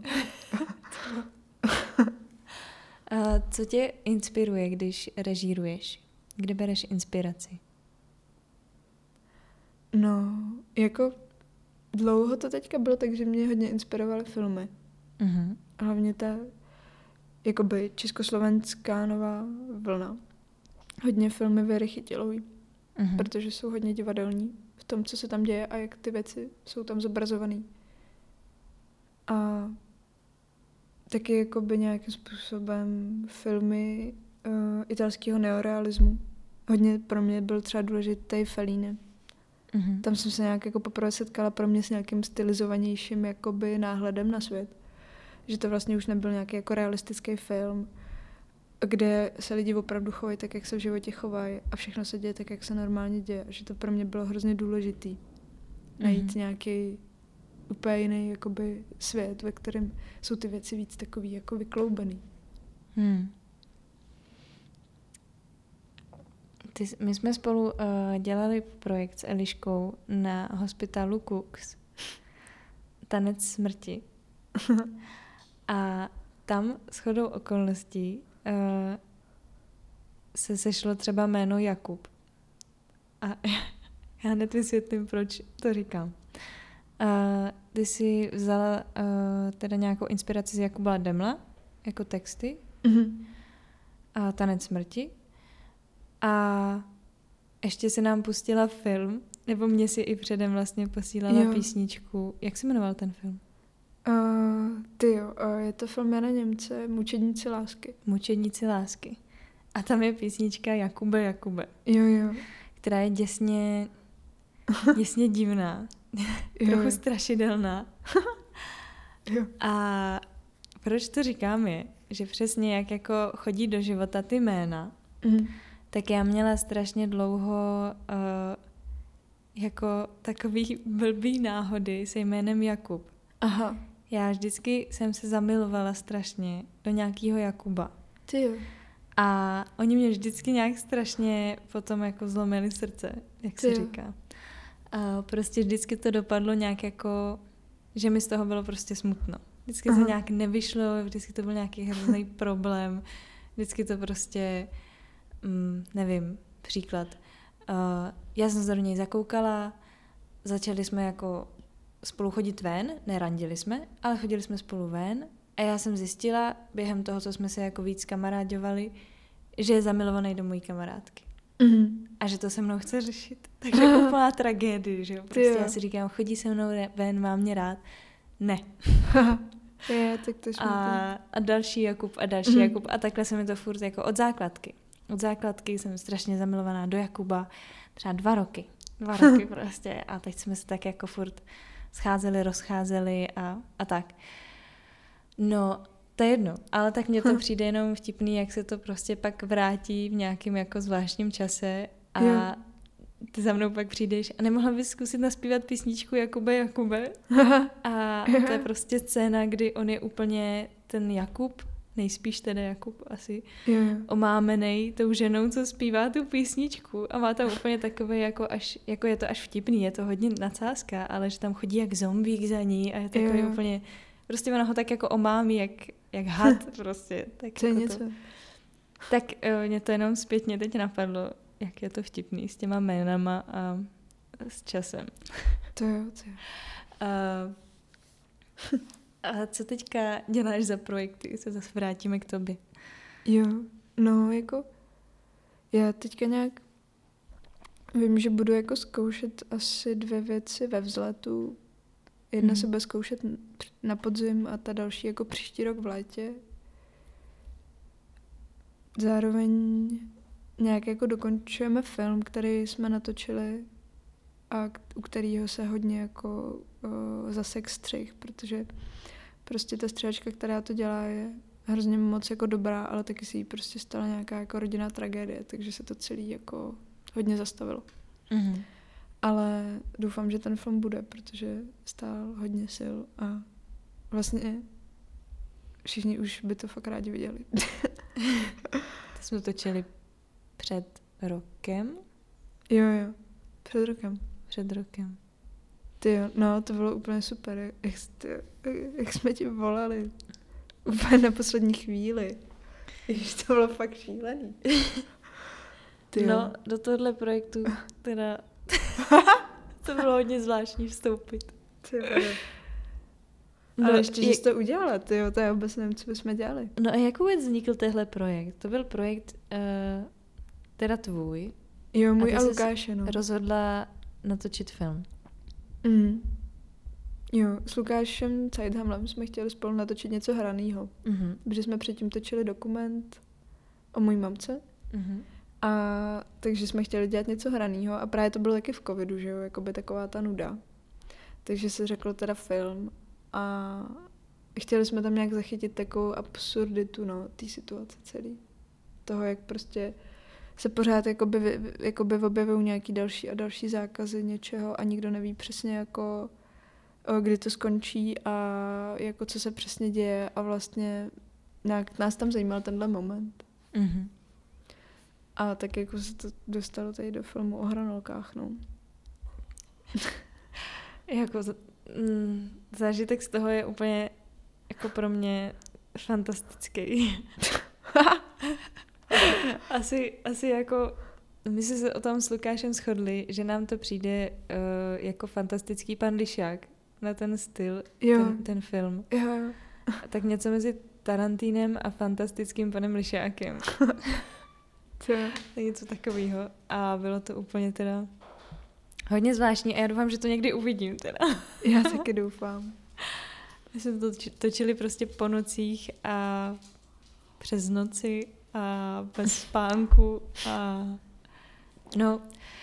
A co tě inspiruje, když režíruješ? Kde bereš inspiraci? No, jako dlouho to teďka bylo tak, že mě hodně inspirovaly filmy. Hlavně ta jakoby československá nová vlna. Hodně filmy Věry Chytilový, protože jsou hodně divadelní v tom, co se tam děje a jak ty věci jsou tam zobrazované. A taky jakoby nějakým způsobem filmy italského neorealismu. Hodně pro mě byl třeba důležitý Fellini. Tam jsem se nějak jako poprvé setkala pro mě s nějakým stylizovanějším jakoby náhledem na svět. Že to vlastně už nebyl nějaký jako realistický film, kde se lidi opravdu chovají tak, jak se v životě chovají a všechno se děje tak, jak se normálně děje. Že to pro mě bylo hrozně důležitý. Najít nějaký úplně jiný jakoby svět, ve kterém jsou ty věci víc takový jako vykloubený. My jsme spolu dělali projekt s Eliškou na hospitalu Cooks. Tanec smrti. A tam shodou okolností se sešlo třeba jméno Jakub. A já hned vysvětlím, proč to říkám. Ty jsi vzala teda nějakou inspiraci z Jakuba Demla, jako texty, a Tanec smrti. A ještě si nám pustila film Nebo mě si i předem vlastně posílala písničku. Jak se jmenoval ten film? Je to film Jana Němce, Mučedníci lásky. Mučedníci lásky. A tam je písnička Jakube, Jakube. Jo. Která je děsně divná. Trochu strašidelná. Jo. A proč to říkám je, že přesně jak jako chodí do života ty jména, tak já měla strašně dlouho jako takový blbý náhody se jménem Jakub. Aha. Já vždycky jsem se zamilovala strašně do nějakého Jakuba. Ty jo. A oni mě vždycky nějak strašně potom jako zlomili srdce, jak se říká. A prostě vždycky to dopadlo nějak jako, že mi z toho bylo prostě smutno. Vždycky to nějak nevyšlo, vždycky to byl nějaký hrozný problém. Vždycky to prostě, nevím, příklad. Já jsem se do něj zakoukala, začali jsme jako spolu chodit ven, nerandili jsme, ale chodili jsme spolu ven a já jsem zjistila během toho, co jsme se jako víc kamaráďovali, že je zamilovaný do mojí kamarádky. A že to se mnou chce řešit. Takže úplná tragédie, že jo. Prostě já si říkám, chodí se mnou ven, má mě rád. Ne. Tak to a další Jakub a další Jakub a takhle se mi to furt jako od základky. Od základky jsem strašně zamilovaná do Jakuba. Třeba 2 roky. 2 roky prostě. A teď jsme se tak jako furt scházeli, rozcházeli a tak. No, to je jedno. Ale tak mně to přijde jenom vtipný, jak se to prostě pak vrátí v nějakém jako zvláštním čase a ty za mnou pak přijdeš a nemohla bys zkusit naspívat písničku Jakube, Jakube. A to je prostě scéna, kdy on je úplně ten Jakub, nejspíš teda Jakub asi, omámenej tou ženou, co zpívá tu písničku a má tam úplně takové jako je to až vtipný, je to hodně nadsázka, ale že tam chodí jak zombík za ní a je takový úplně, prostě ona ho tak jako omámí, jak had prostě. Tak to je jako něco. Tak mě to jenom zpětně teď napadlo, jak je to vtipný s těma jménama a s časem. To jo. A co teďka děláš za projekty? Se zase vrátíme k tobě. Jo, no jako já teďka nějak vím, že budu jako zkoušet asi 2 věci ve vzletu. Jedna se bude zkoušet na podzim a ta další jako příští rok v létě. Zároveň nějak jako dokončujeme film, který jsme natočili a u kterého se hodně jako zasek střih, protože prostě ta střihačka, která to dělá, je hrozně moc jako dobrá, ale taky si jí prostě stala nějaká jako rodinná tragédie, takže se to celý jako hodně zastavilo. Ale doufám, že ten film bude, protože stál hodně sil a vlastně všichni už by to fakt rádi viděli. To jsme točili před rokem? Jo, před rokem. Před rokem. Tyjo, no to bylo úplně super, jak jsme ti volali. Úplně na poslední chvíli. Ježiš, to bylo fakt šílený. No, do tohle projektu teda to bylo hodně zvláštní vstoupit. No, ale ještě, že jsi to udělala, tyjo, to já vůbec nevím, co bychom dělali. No a jak vůbec vznikl tenhle projekt? To byl projekt teda tvůj. Jo, můj a Lukáše, no. Rozhodla natočit film. Jo, s Lukášem Zeithamlem jsme chtěli spolu natočit něco hranýho. Protože jsme předtím točili dokument o mojí mamce. A takže jsme chtěli dělat něco hranýho a právě to bylo taky v covidu, že jo, jakoby taková ta nuda. Takže se řeklo teda film a chtěli jsme tam nějak zachytit takovou absurditu, no, té situace celý. Toho, jak prostě se pořád jakoby objevují nějaký další a další zákazy něčeho a nikdo neví přesně jako kdy to skončí a jako co se přesně děje a vlastně nějak nás tam zajímal tenhle moment. A tak jako se to dostalo tady do filmu o hranolkách, no. Jako zážitek z toho je úplně jako pro mě fantastický. asi jako my jsme se o tom s Lukášem shodli, že nám to přijde jako fantastický pan Lišák na ten styl, ten film. Jo. Tak něco mezi Tarantinem a fantastickým panem Lišákem. Něco takového. A bylo to úplně teda Hodně zvláštní a já doufám, že to někdy uvidím teda. Já taky doufám. My jsme to točili prostě po nocích a přes noci a bez spánku a no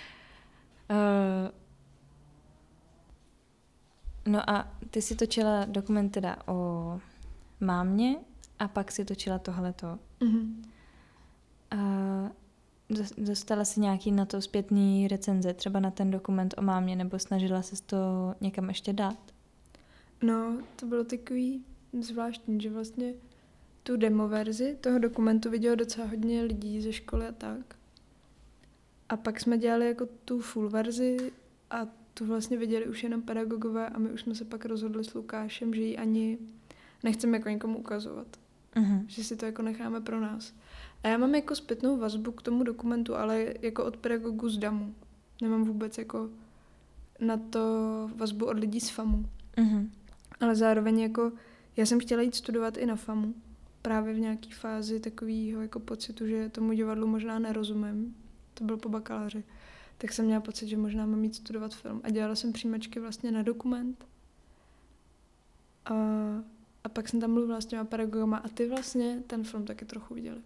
no a ty si točila dokument teda o mámě a pak si točila tohleto. A dostala si nějaký na to zpětný recenze, třeba na ten dokument o mámě, nebo snažila se to někam ještě dát? No, to bylo takový zvláštní, že vlastně tu demo verzi toho dokumentu vidělo docela hodně lidí ze školy a tak. A pak jsme dělali jako tu full verzi a tu vlastně viděli už jenom pedagogové a my už jsme se pak rozhodli s Lukášem, že ji ani nechceme jako někomu ukazovat. Že si to jako necháme pro nás. A já mám jako zpětnou vazbu k tomu dokumentu, ale jako od pedagogů z DAMu. Nemám vůbec jako na to vazbu od lidí z FAMu. Ale zároveň jako já jsem chtěla jít studovat i na FAMu. Právě v nějaké fázi takového jako pocitu, že tomu divadlu možná nerozumím. To bylo po bakaláři. Tak jsem měla pocit, že možná mám jít studovat film. A dělala jsem přijímačky vlastně na dokument. A pak jsem tam mluvila s těma pedagogama a ty vlastně ten film taky trochu viděli.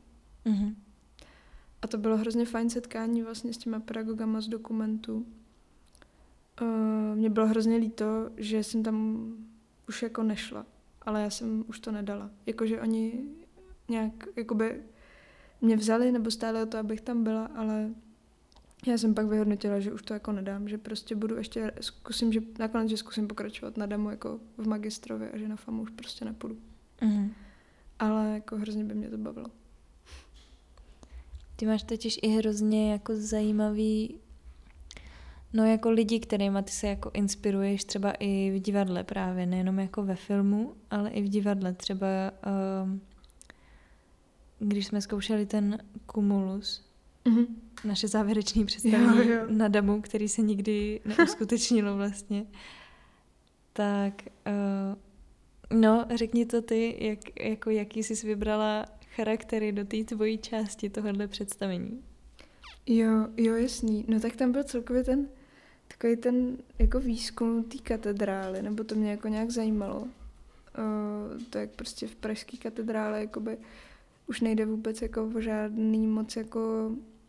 A to bylo hrozně fajn setkání vlastně s těma pedagogama z dokumentu. Mně bylo hrozně líto, že jsem tam už jako nešla, ale já jsem už to nedala. Jakože oni nějak jakoby mě vzali nebo stáli o to, abych tam byla, ale já jsem pak vyhodnotila, že už to jako nedám, že prostě budu ještě nakonec zkusím pokračovat na DAMu jako v magistrově a že na FAMu už prostě nepůjdu. Ale jako hrozně by mě to bavilo. Ty máš totiž i hrozně jako zajímavý, no jako lidi, kterýma ty se jako inspiruješ třeba i v divadle právě, nejenom jako ve filmu, ale i v divadle. Třeba když jsme zkoušeli ten Cumulus, naše závěrečné představení na DAMu, který se nikdy neuskutečnilo vlastně, tak no, řekni to ty, jaký jsi vybrala charaktery do té tvojí části tohohle představení. Jo, jasný. No tak tam byl celkově takový ten jako výzkum té katedrály, nebo to mě jako nějak zajímalo. To jak prostě v pražské katedrále jakoby už nejde vůbec jako o žádný moc jako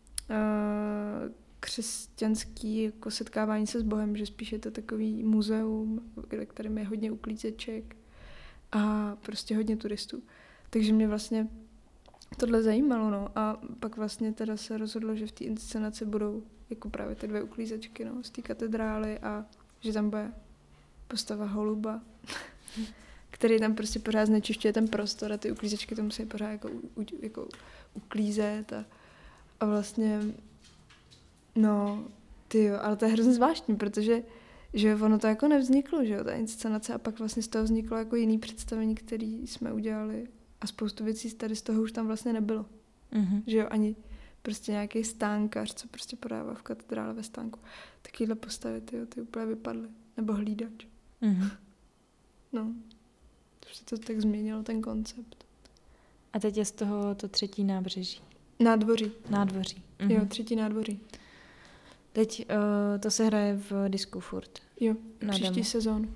křesťanský jako setkávání se s Bohem, že spíš je to takový muzeum, kde kterým je hodně uklízeček a prostě hodně turistů. Takže mě vlastně tohle zajímalo, no. A pak vlastně teda se rozhodlo, že v té inscenaci budou jako právě ty 2 uklízečky, no, z té katedrály a že tam bude postava holuba, který tam prostě pořád znečišťuje ten prostor a ty uklízečky to musí pořád jako uklízet a vlastně no, tyjo, ale to je hrozně zvláštní, protože že ono to jako nevzniklo, že jo, ta inscenace a pak vlastně z toho vzniklo jako jiný představení, který jsme udělali a spoustu věcí tady z toho už tam vlastně nebylo. Že jo, ani prostě nějaký stánkař, co prostě podává v katedrále ve stánku. Takovýhle postavy, ty úplně vypadly. Nebo hlídač. No, už se to tak změnilo, ten koncept. A teď je z toho to 3. nábřeží. Nádvoří. Jo, 3. nádvoří. Teď to se hraje v Disku furt. Jo, příští sezónu.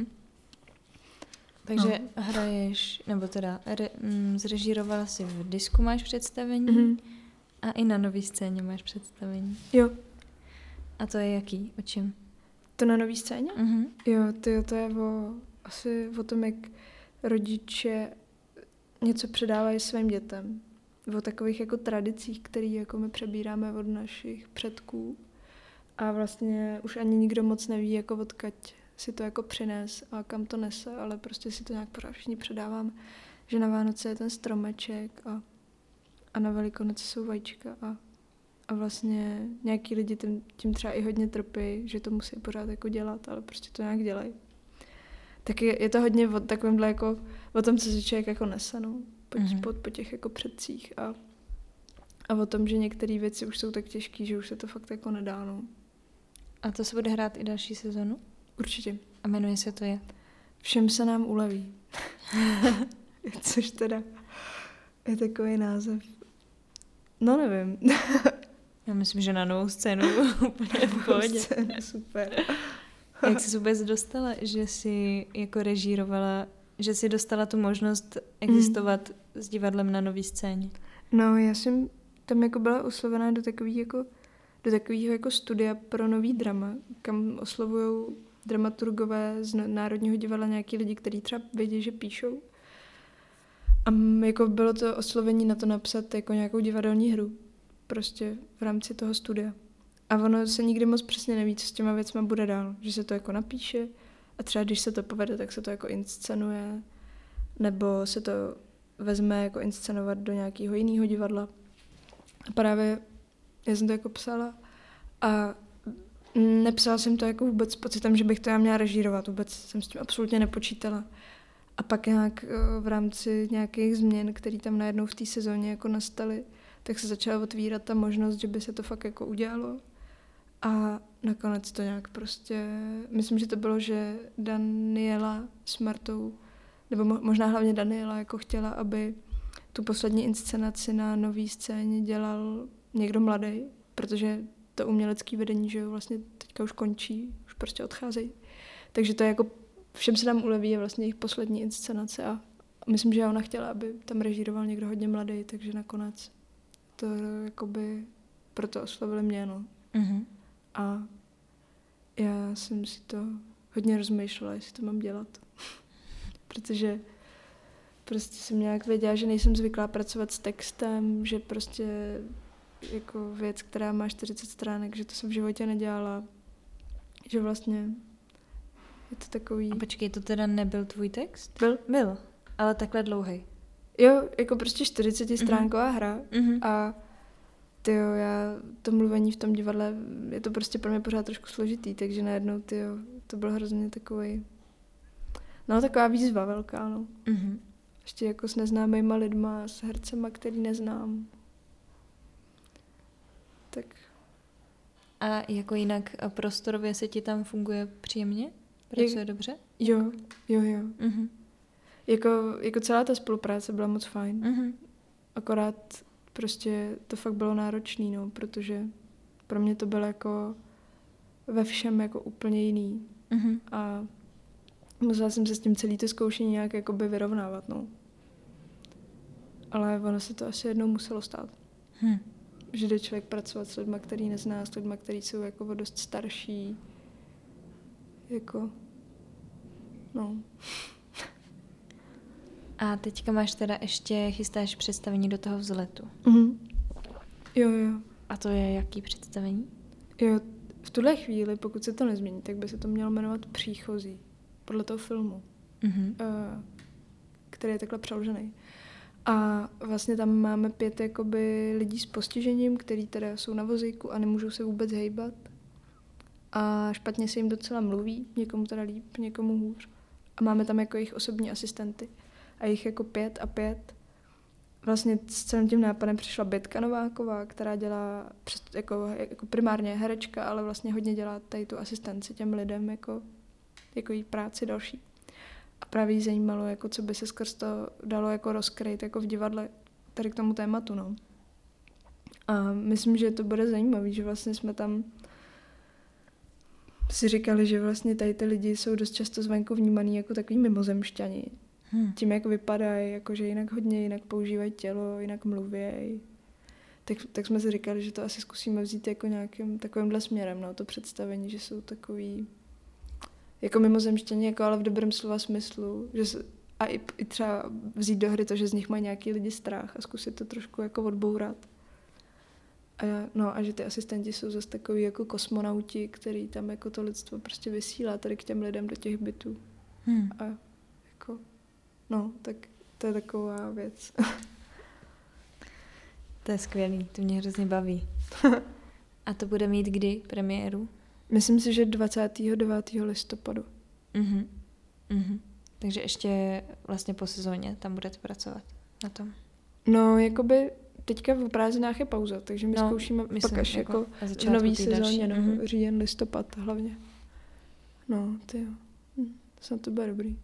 Takže hraješ, nebo teda zrežírovala si v Disku, máš představení a i na Nový scéně máš představení. Jo. A to je jaký? O čem? To na Nový scéně? Jo, to je asi o tom, jak rodiče něco předávají svým dětem. O takových jako tradicích, které jako my přebíráme od našich předků. A vlastně už ani nikdo moc neví, jako odkud si to jako přines a kam to nese, ale prostě si to nějak pořád všichni předáváme, že na Vánoce je ten stromeček a na Velikonoce jsou vajíčka a vlastně nějaký lidi tím třeba i hodně trpí, že to musí pořád jako dělat, ale prostě to nějak dělají. Tak je to hodně o takovémhle jako, o tom, co si člověk jako nese, no, po těch jako předcích a o tom, že některé věci už jsou tak těžké, že už se to fakt jako nedá, no. A to se bude hrát i další sezonu? Určitě. A jmenuje se to jak? Všem se nám uleví. Což teda je takový název. No nevím. Já myslím, že na novou scénu úplně v pohodě. Super. Jak jsi vůbec dostala, že jsi jako režírovala, že jsi dostala tu možnost existovat s divadlem na nový scéně? No, já jsem tam jako byla oslovená do takového jako studia pro nový drama, kam oslovujou dramaturgové z Národního divadla nějaký lidi, kteří třeba vědí, že píšou. A jako bylo to oslovení na to napsat jako nějakou divadelní hru. Prostě v rámci toho studia. A ono se nikdy moc přesně neví, co s těma věcma bude dál. Že se to jako napíše a třeba když se to povede, tak se to jako inscenuje. Nebo se to vezme jako inscenovat do nějakého jiného divadla. A právě já jsem to jako psala a nepsala jsem to jako vůbec s pocitem, že bych to já měla režírovat. Vůbec jsem s tím absolutně nepočítala. A pak nějak v rámci nějakých změn, které tam najednou v té sezóně jako nastaly, tak se začala otvírat ta možnost, že by se to fakt jako udělalo. A nakonec to nějak prostě, myslím, že to bylo, že Daniela s Martou, nebo možná hlavně Daniela jako chtěla, aby tu poslední inscenaci na nový scéně dělal někdo mladý, protože to umělecké vedení, že jo, vlastně teďka už končí, už prostě odcházejí. Takže to je jako, všem se nám uleví, je vlastně jejich poslední inscenace a myslím, že ona chtěla, aby tam režíroval někdo hodně mladý, takže nakonec to jakoby proto oslovili mě, no. Mm-hmm. A já jsem si to hodně rozmýšlela, jestli to mám dělat. Protože prostě jsem nějak věděla, že nejsem zvyklá pracovat s textem, že prostě jako věc, která má 40 stránek, že to jsem v životě nedělala. Že vlastně je to takový... A počkej, to teda nebyl tvůj text? Byl. Byl, ale takhle dlouhý. Jo, jako prostě 40stránková hra a tyjo, já to mluvení v tom divadle, je to prostě pro mě pořád trošku složitý, takže najednou, tyjo, to byl hrozně takový, no taková výzva velká, no. Mm-hmm. Ještě jako s neznámýma lidma, s hercema, který neznám. Tak. A jako jinak prostorově se ti tam funguje příjemně? Pracuje dobře? Jo. Mm-hmm. Jako celá ta spolupráce byla moc fajn. Mm-hmm. Akorát prostě to fakt bylo náročný, no, protože pro mě to bylo jako ve všem jako úplně jiný. Mm-hmm. A musela jsem se s tím celý to zkoušení nějak jakoby vyrovnávat, no. Ale ono se to asi jednou muselo stát. Že jde člověk pracovat s lidma, který nezná, s lidma, který jsou jako dost starší. Jako, no. A teďka máš teda ještě, chystáš představení do toho vzletu. Mm-hmm. Jo. A to je jaký představení? Jo, v tuhle chvíli, pokud se to nezmění, tak by se to mělo jmenovat Příchozí. Podle toho filmu, který je takhle přeložený. A vlastně tam máme 5 jakoby lidí s postižením, který teda jsou na vozíku a nemůžou se vůbec hejbat. A špatně se jim docela mluví, někomu teda líp, někomu hůř. A máme tam jako jejich osobní asistenty. A jich jako 5 a 5. Vlastně s celým tím nápadem přišla Bětka Nováková, která dělá jako primárně herečka, ale vlastně hodně dělá tady tu asistenci těm lidem, jako jí práci další. A právě jí zajímalo, jako co by se skrz to dalo jako rozkryt jako v divadle tady k tomu tématu. No. A myslím, že to bude zajímavý, že vlastně jsme tam si říkali, že vlastně tady ty lidi jsou dost často zvenku vnímaný jako takový mimozemšťani. Tím, jak vypadají, jakože jinak používají tělo, jinak mluvějí. Tak jsme si říkali, že to asi zkusíme vzít jako nějakým takovýmhle směrem, no, to představení, že jsou takový jako mimozemšťani, jako ale v dobrém slova smyslu. A i třeba vzít do hry to, že z nich mají nějaký lidi strach a zkusit to trošku jako odbourat. A že ty asistenti jsou zase takový jako kosmonauti, který tam jako to lidstvo prostě vysílá tady k těm lidem do těch bytů. A jako, no, tak to je taková věc. To je skvělý, to mě hrozně baví. A to bude mít kdy premiéru? Myslím si, že 29. listopadu. Takže ještě vlastně po sezóně tam budete pracovat na tom? No, jakoby teďka v prázdninách je pauza, takže my zkoušíme pak až jako v nový sezóně, říjen, listopad hlavně. No, tyjo. Snad to bude dobrý.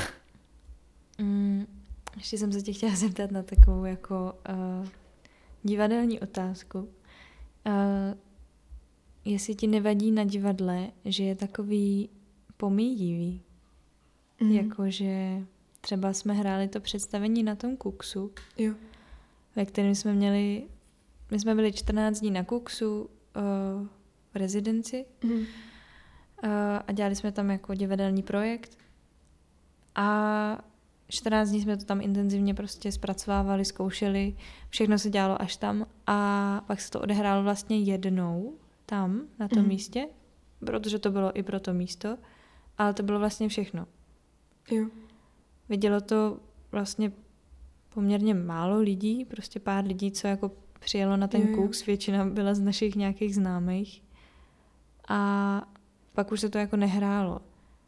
Ještě jsem se tě chtěla zeptat na takovou jako divadelní otázku. jestli ti nevadí na divadle, že je takový pomíjivý. Jakože třeba jsme hráli to představení na tom Kuksu, Jo. ve kterém my jsme byli 14 dní na Kuksu v rezidenci a dělali jsme tam jako divadelní projekt a 14 dní jsme to tam intenzivně prostě zpracovávali, zkoušeli, všechno se dělalo až tam a pak se to odehrálo vlastně jednou tam, na tom místě, protože to bylo i pro to místo, ale to bylo vlastně všechno. Jo. Vidělo to vlastně poměrně málo lidí, prostě pár lidí, co jako přijelo na ten Kux, většina byla z našich nějakých známých a pak už se to jako nehrálo.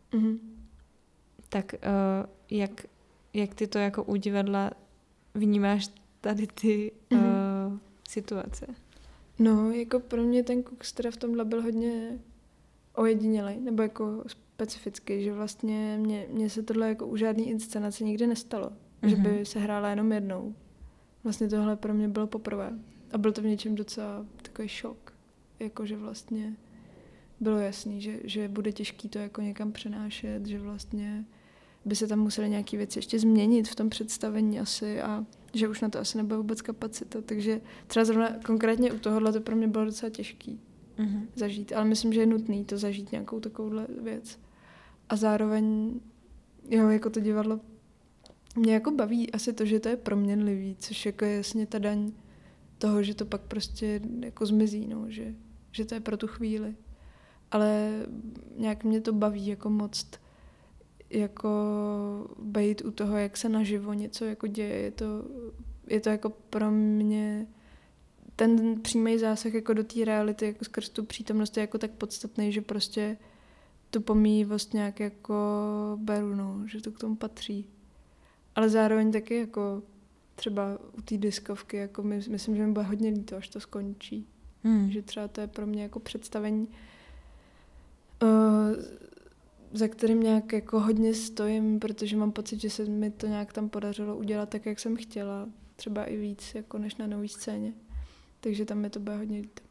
Tak jak ty to jako u divadla vnímáš tady ty situace? No, jako pro mě ten Kux teda v tomhle byl hodně ojedinělej, nebo jako specifický, že vlastně mně se tohle jako u žádný inscenace nikdy nestalo, že by se hrála jenom jednou. Vlastně tohle pro mě bylo poprvé. A byl to v něčem docela takový šok. Jakože vlastně bylo jasný, že bude těžký to jako někam přenášet, že vlastně by se tam musely nějaké věci ještě změnit v tom představení asi a že už na to asi nebyla vůbec kapacita. Takže třeba zrovna konkrétně u tohohle to pro mě bylo docela těžký zažít. Ale myslím, že je nutný to zažít nějakou takovouhle věc. A zároveň, jo, jako to divadlo mě jako baví asi to, že to je proměnlivý, což jako je jasně ta daň toho, že to pak prostě jako zmizí, no, že to je pro tu chvíli. Ale nějak mě to baví jako moc jako bejt u toho, jak se naživo něco jako děje. Je to jako pro mě ten přímý zásah jako do té reality jako skrz tu přítomnost je jako tak podstatný, že prostě tu pomíjivost nějak jako beru, no, že to k tomu patří. Ale zároveň taky jako třeba u té diskovky, jako myslím, že mi bude hodně líto, až to skončí. Že třeba to je pro mě jako představení, za kterým nějak jako hodně stojím, protože mám pocit, že se mi to nějak tam podařilo udělat tak, jak jsem chtěla. Třeba i víc, jako než na nový scéně. Takže tam mi to bude hodně líto.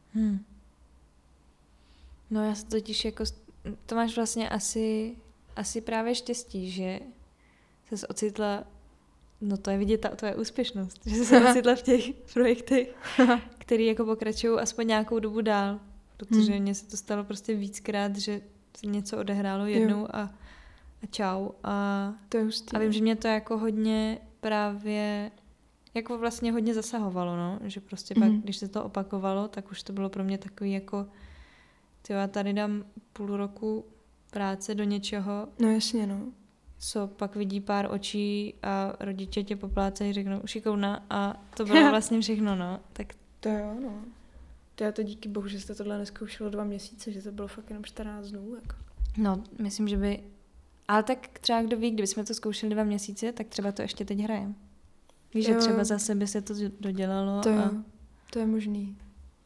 No já se totiž jako, to máš vlastně asi právě štěstí, že jsi ocitla, no to je vidět, to je úspěšnost, že jsi ocitla v těch projektech, který jako pokračují aspoň nějakou dobu dál, protože mně se to stalo prostě víckrát, že se něco odehrálo jednou a čau. A to je hustý. A vím, že mě to jako hodně právě jako vlastně hodně zasahovalo, no, že prostě pak, když se to opakovalo, tak už to bylo pro mě takový jako já tady dám půl roku práce do něčeho. No jasně, no. Co pak vidí pár očí a rodiče tě poplácají, řeknou šikovna a to bylo vlastně všechno, no. Tak to jo, no. To já to díky bohu, že jste tohle neskoušelo 2 měsíce, že to bylo fakt jenom 14 dnů. Jako. No, myslím, že by... Ale tak třeba kdo ví, kdyby jsme to zkoušeli 2 měsíce, tak třeba to ještě teď hrajeme. Víš, že třeba zase by se to dodělalo. To je možný.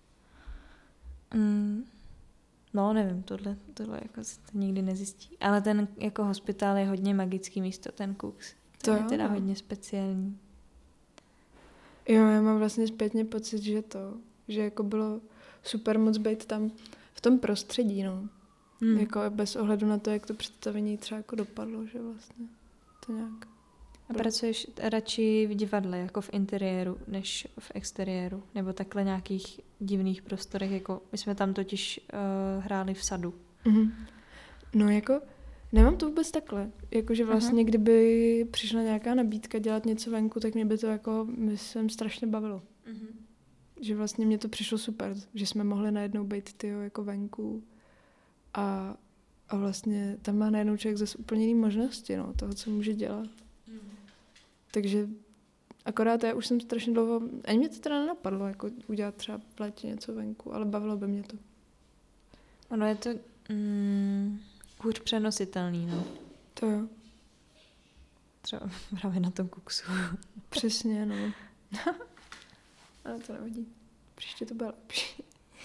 No, nevím, tohle jako se to nikdy nezjistí. Ale ten jako hospitál je hodně magický místo, ten Kux. To je teda hodně speciální. Jo, já mám vlastně zpětně pocit, že jako bylo super moc být tam v tom prostředí, no. Jako bez ohledu na to, jak to představení třeba jako dopadlo, že vlastně to nějak... A pracuješ radši v divadle, jako v interiéru, než v exteriéru? Nebo takhle nějakých divných prostorech, jako my jsme tam totiž hráli v sadu. No jako, nemám to vůbec takhle. Jakože vlastně, kdyby přišla nějaká nabídka dělat něco venku, tak mě by to jako, myslím, strašně bavilo. Že vlastně mě to přišlo super, že jsme mohli najednou být jako venku a vlastně tam má najednou člověk zase úplně jiný možnosti, no, toho, co může dělat. Takže akorát já už jsem strašně dlouho, ani mě to teda nenapadlo, jako udělat třeba v létě něco venku, ale bavilo by mě to. Ono je to hůř přenositelný, no. To jo. Třeba právě na tom Kuxu. Přesně, no. Ale to nevadí. Příště to bude lepší.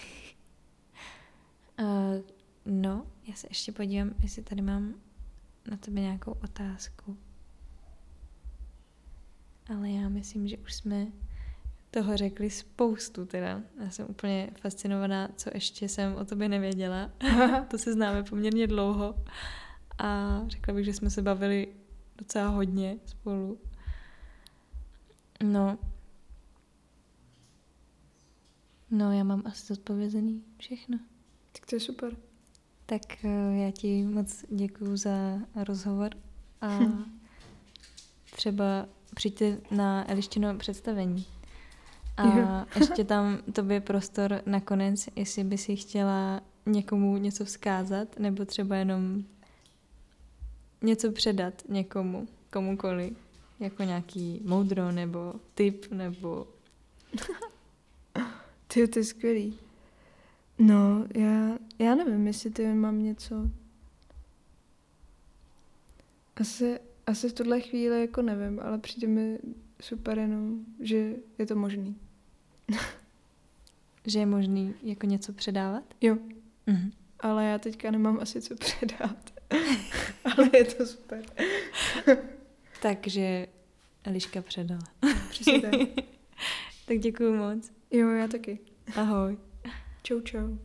No, já se ještě podívám, jestli tady mám na tebe nějakou otázku. Ale já myslím, že už jsme toho řekli spoustu teda. Já jsem úplně fascinovaná, co ještě jsem o tobě nevěděla. To se známe poměrně dlouho. A řekla bych, že jsme se bavili docela hodně spolu. No, já mám asi zodpovězený všechno. Tak to je super. Tak já ti moc děkuju za rozhovor a třeba přijďte na Eliščino představení. A ještě tam tobě prostor nakonec, jestli by si chtěla někomu něco vzkázat, nebo třeba jenom něco předat někomu, komukoliv, jako nějaký moudro, nebo tip, nebo... Ty, to je skvělý. No, já nevím, jestli ty mám něco. Asi v tuhle chvíli jako nevím, ale přijde mi super jenom, že je to možný. Že je možný jako něco předávat? Jo. Mhm. Ale já teďka nemám asi co předat. Ale je to super. Takže Eliška předala. Přesně tak. Tak děkuju moc. Jo, já taky. Ahoj. Čau, čau.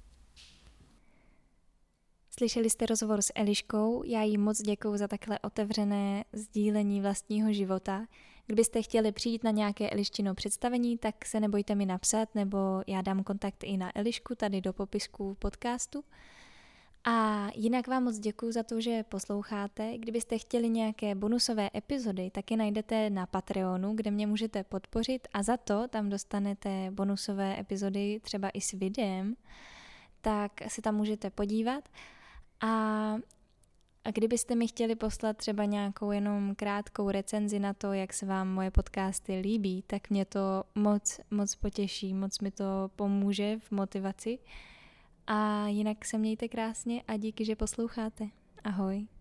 Slyšeli jste rozhovor s Eliškou, já jí moc děkuju za takhle otevřené sdílení vlastního života. Kdybyste chtěli přijít na nějaké Eliščino představení, tak se nebojte mi napsat, nebo já dám kontakt i na Elišku tady do popisku podcastu. A jinak vám moc děkuju za to, že posloucháte. Kdybyste chtěli nějaké bonusové epizody, tak je najdete na Patreonu, kde mě můžete podpořit a za to tam dostanete bonusové epizody třeba i s videem, tak si tam můžete podívat. A kdybyste mi chtěli poslat třeba nějakou jenom krátkou recenzi na to, jak se vám moje podcasty líbí, tak mě to moc potěší, moc mi to pomůže v motivaci. A jinak se mějte krásně a díky, že posloucháte. Ahoj.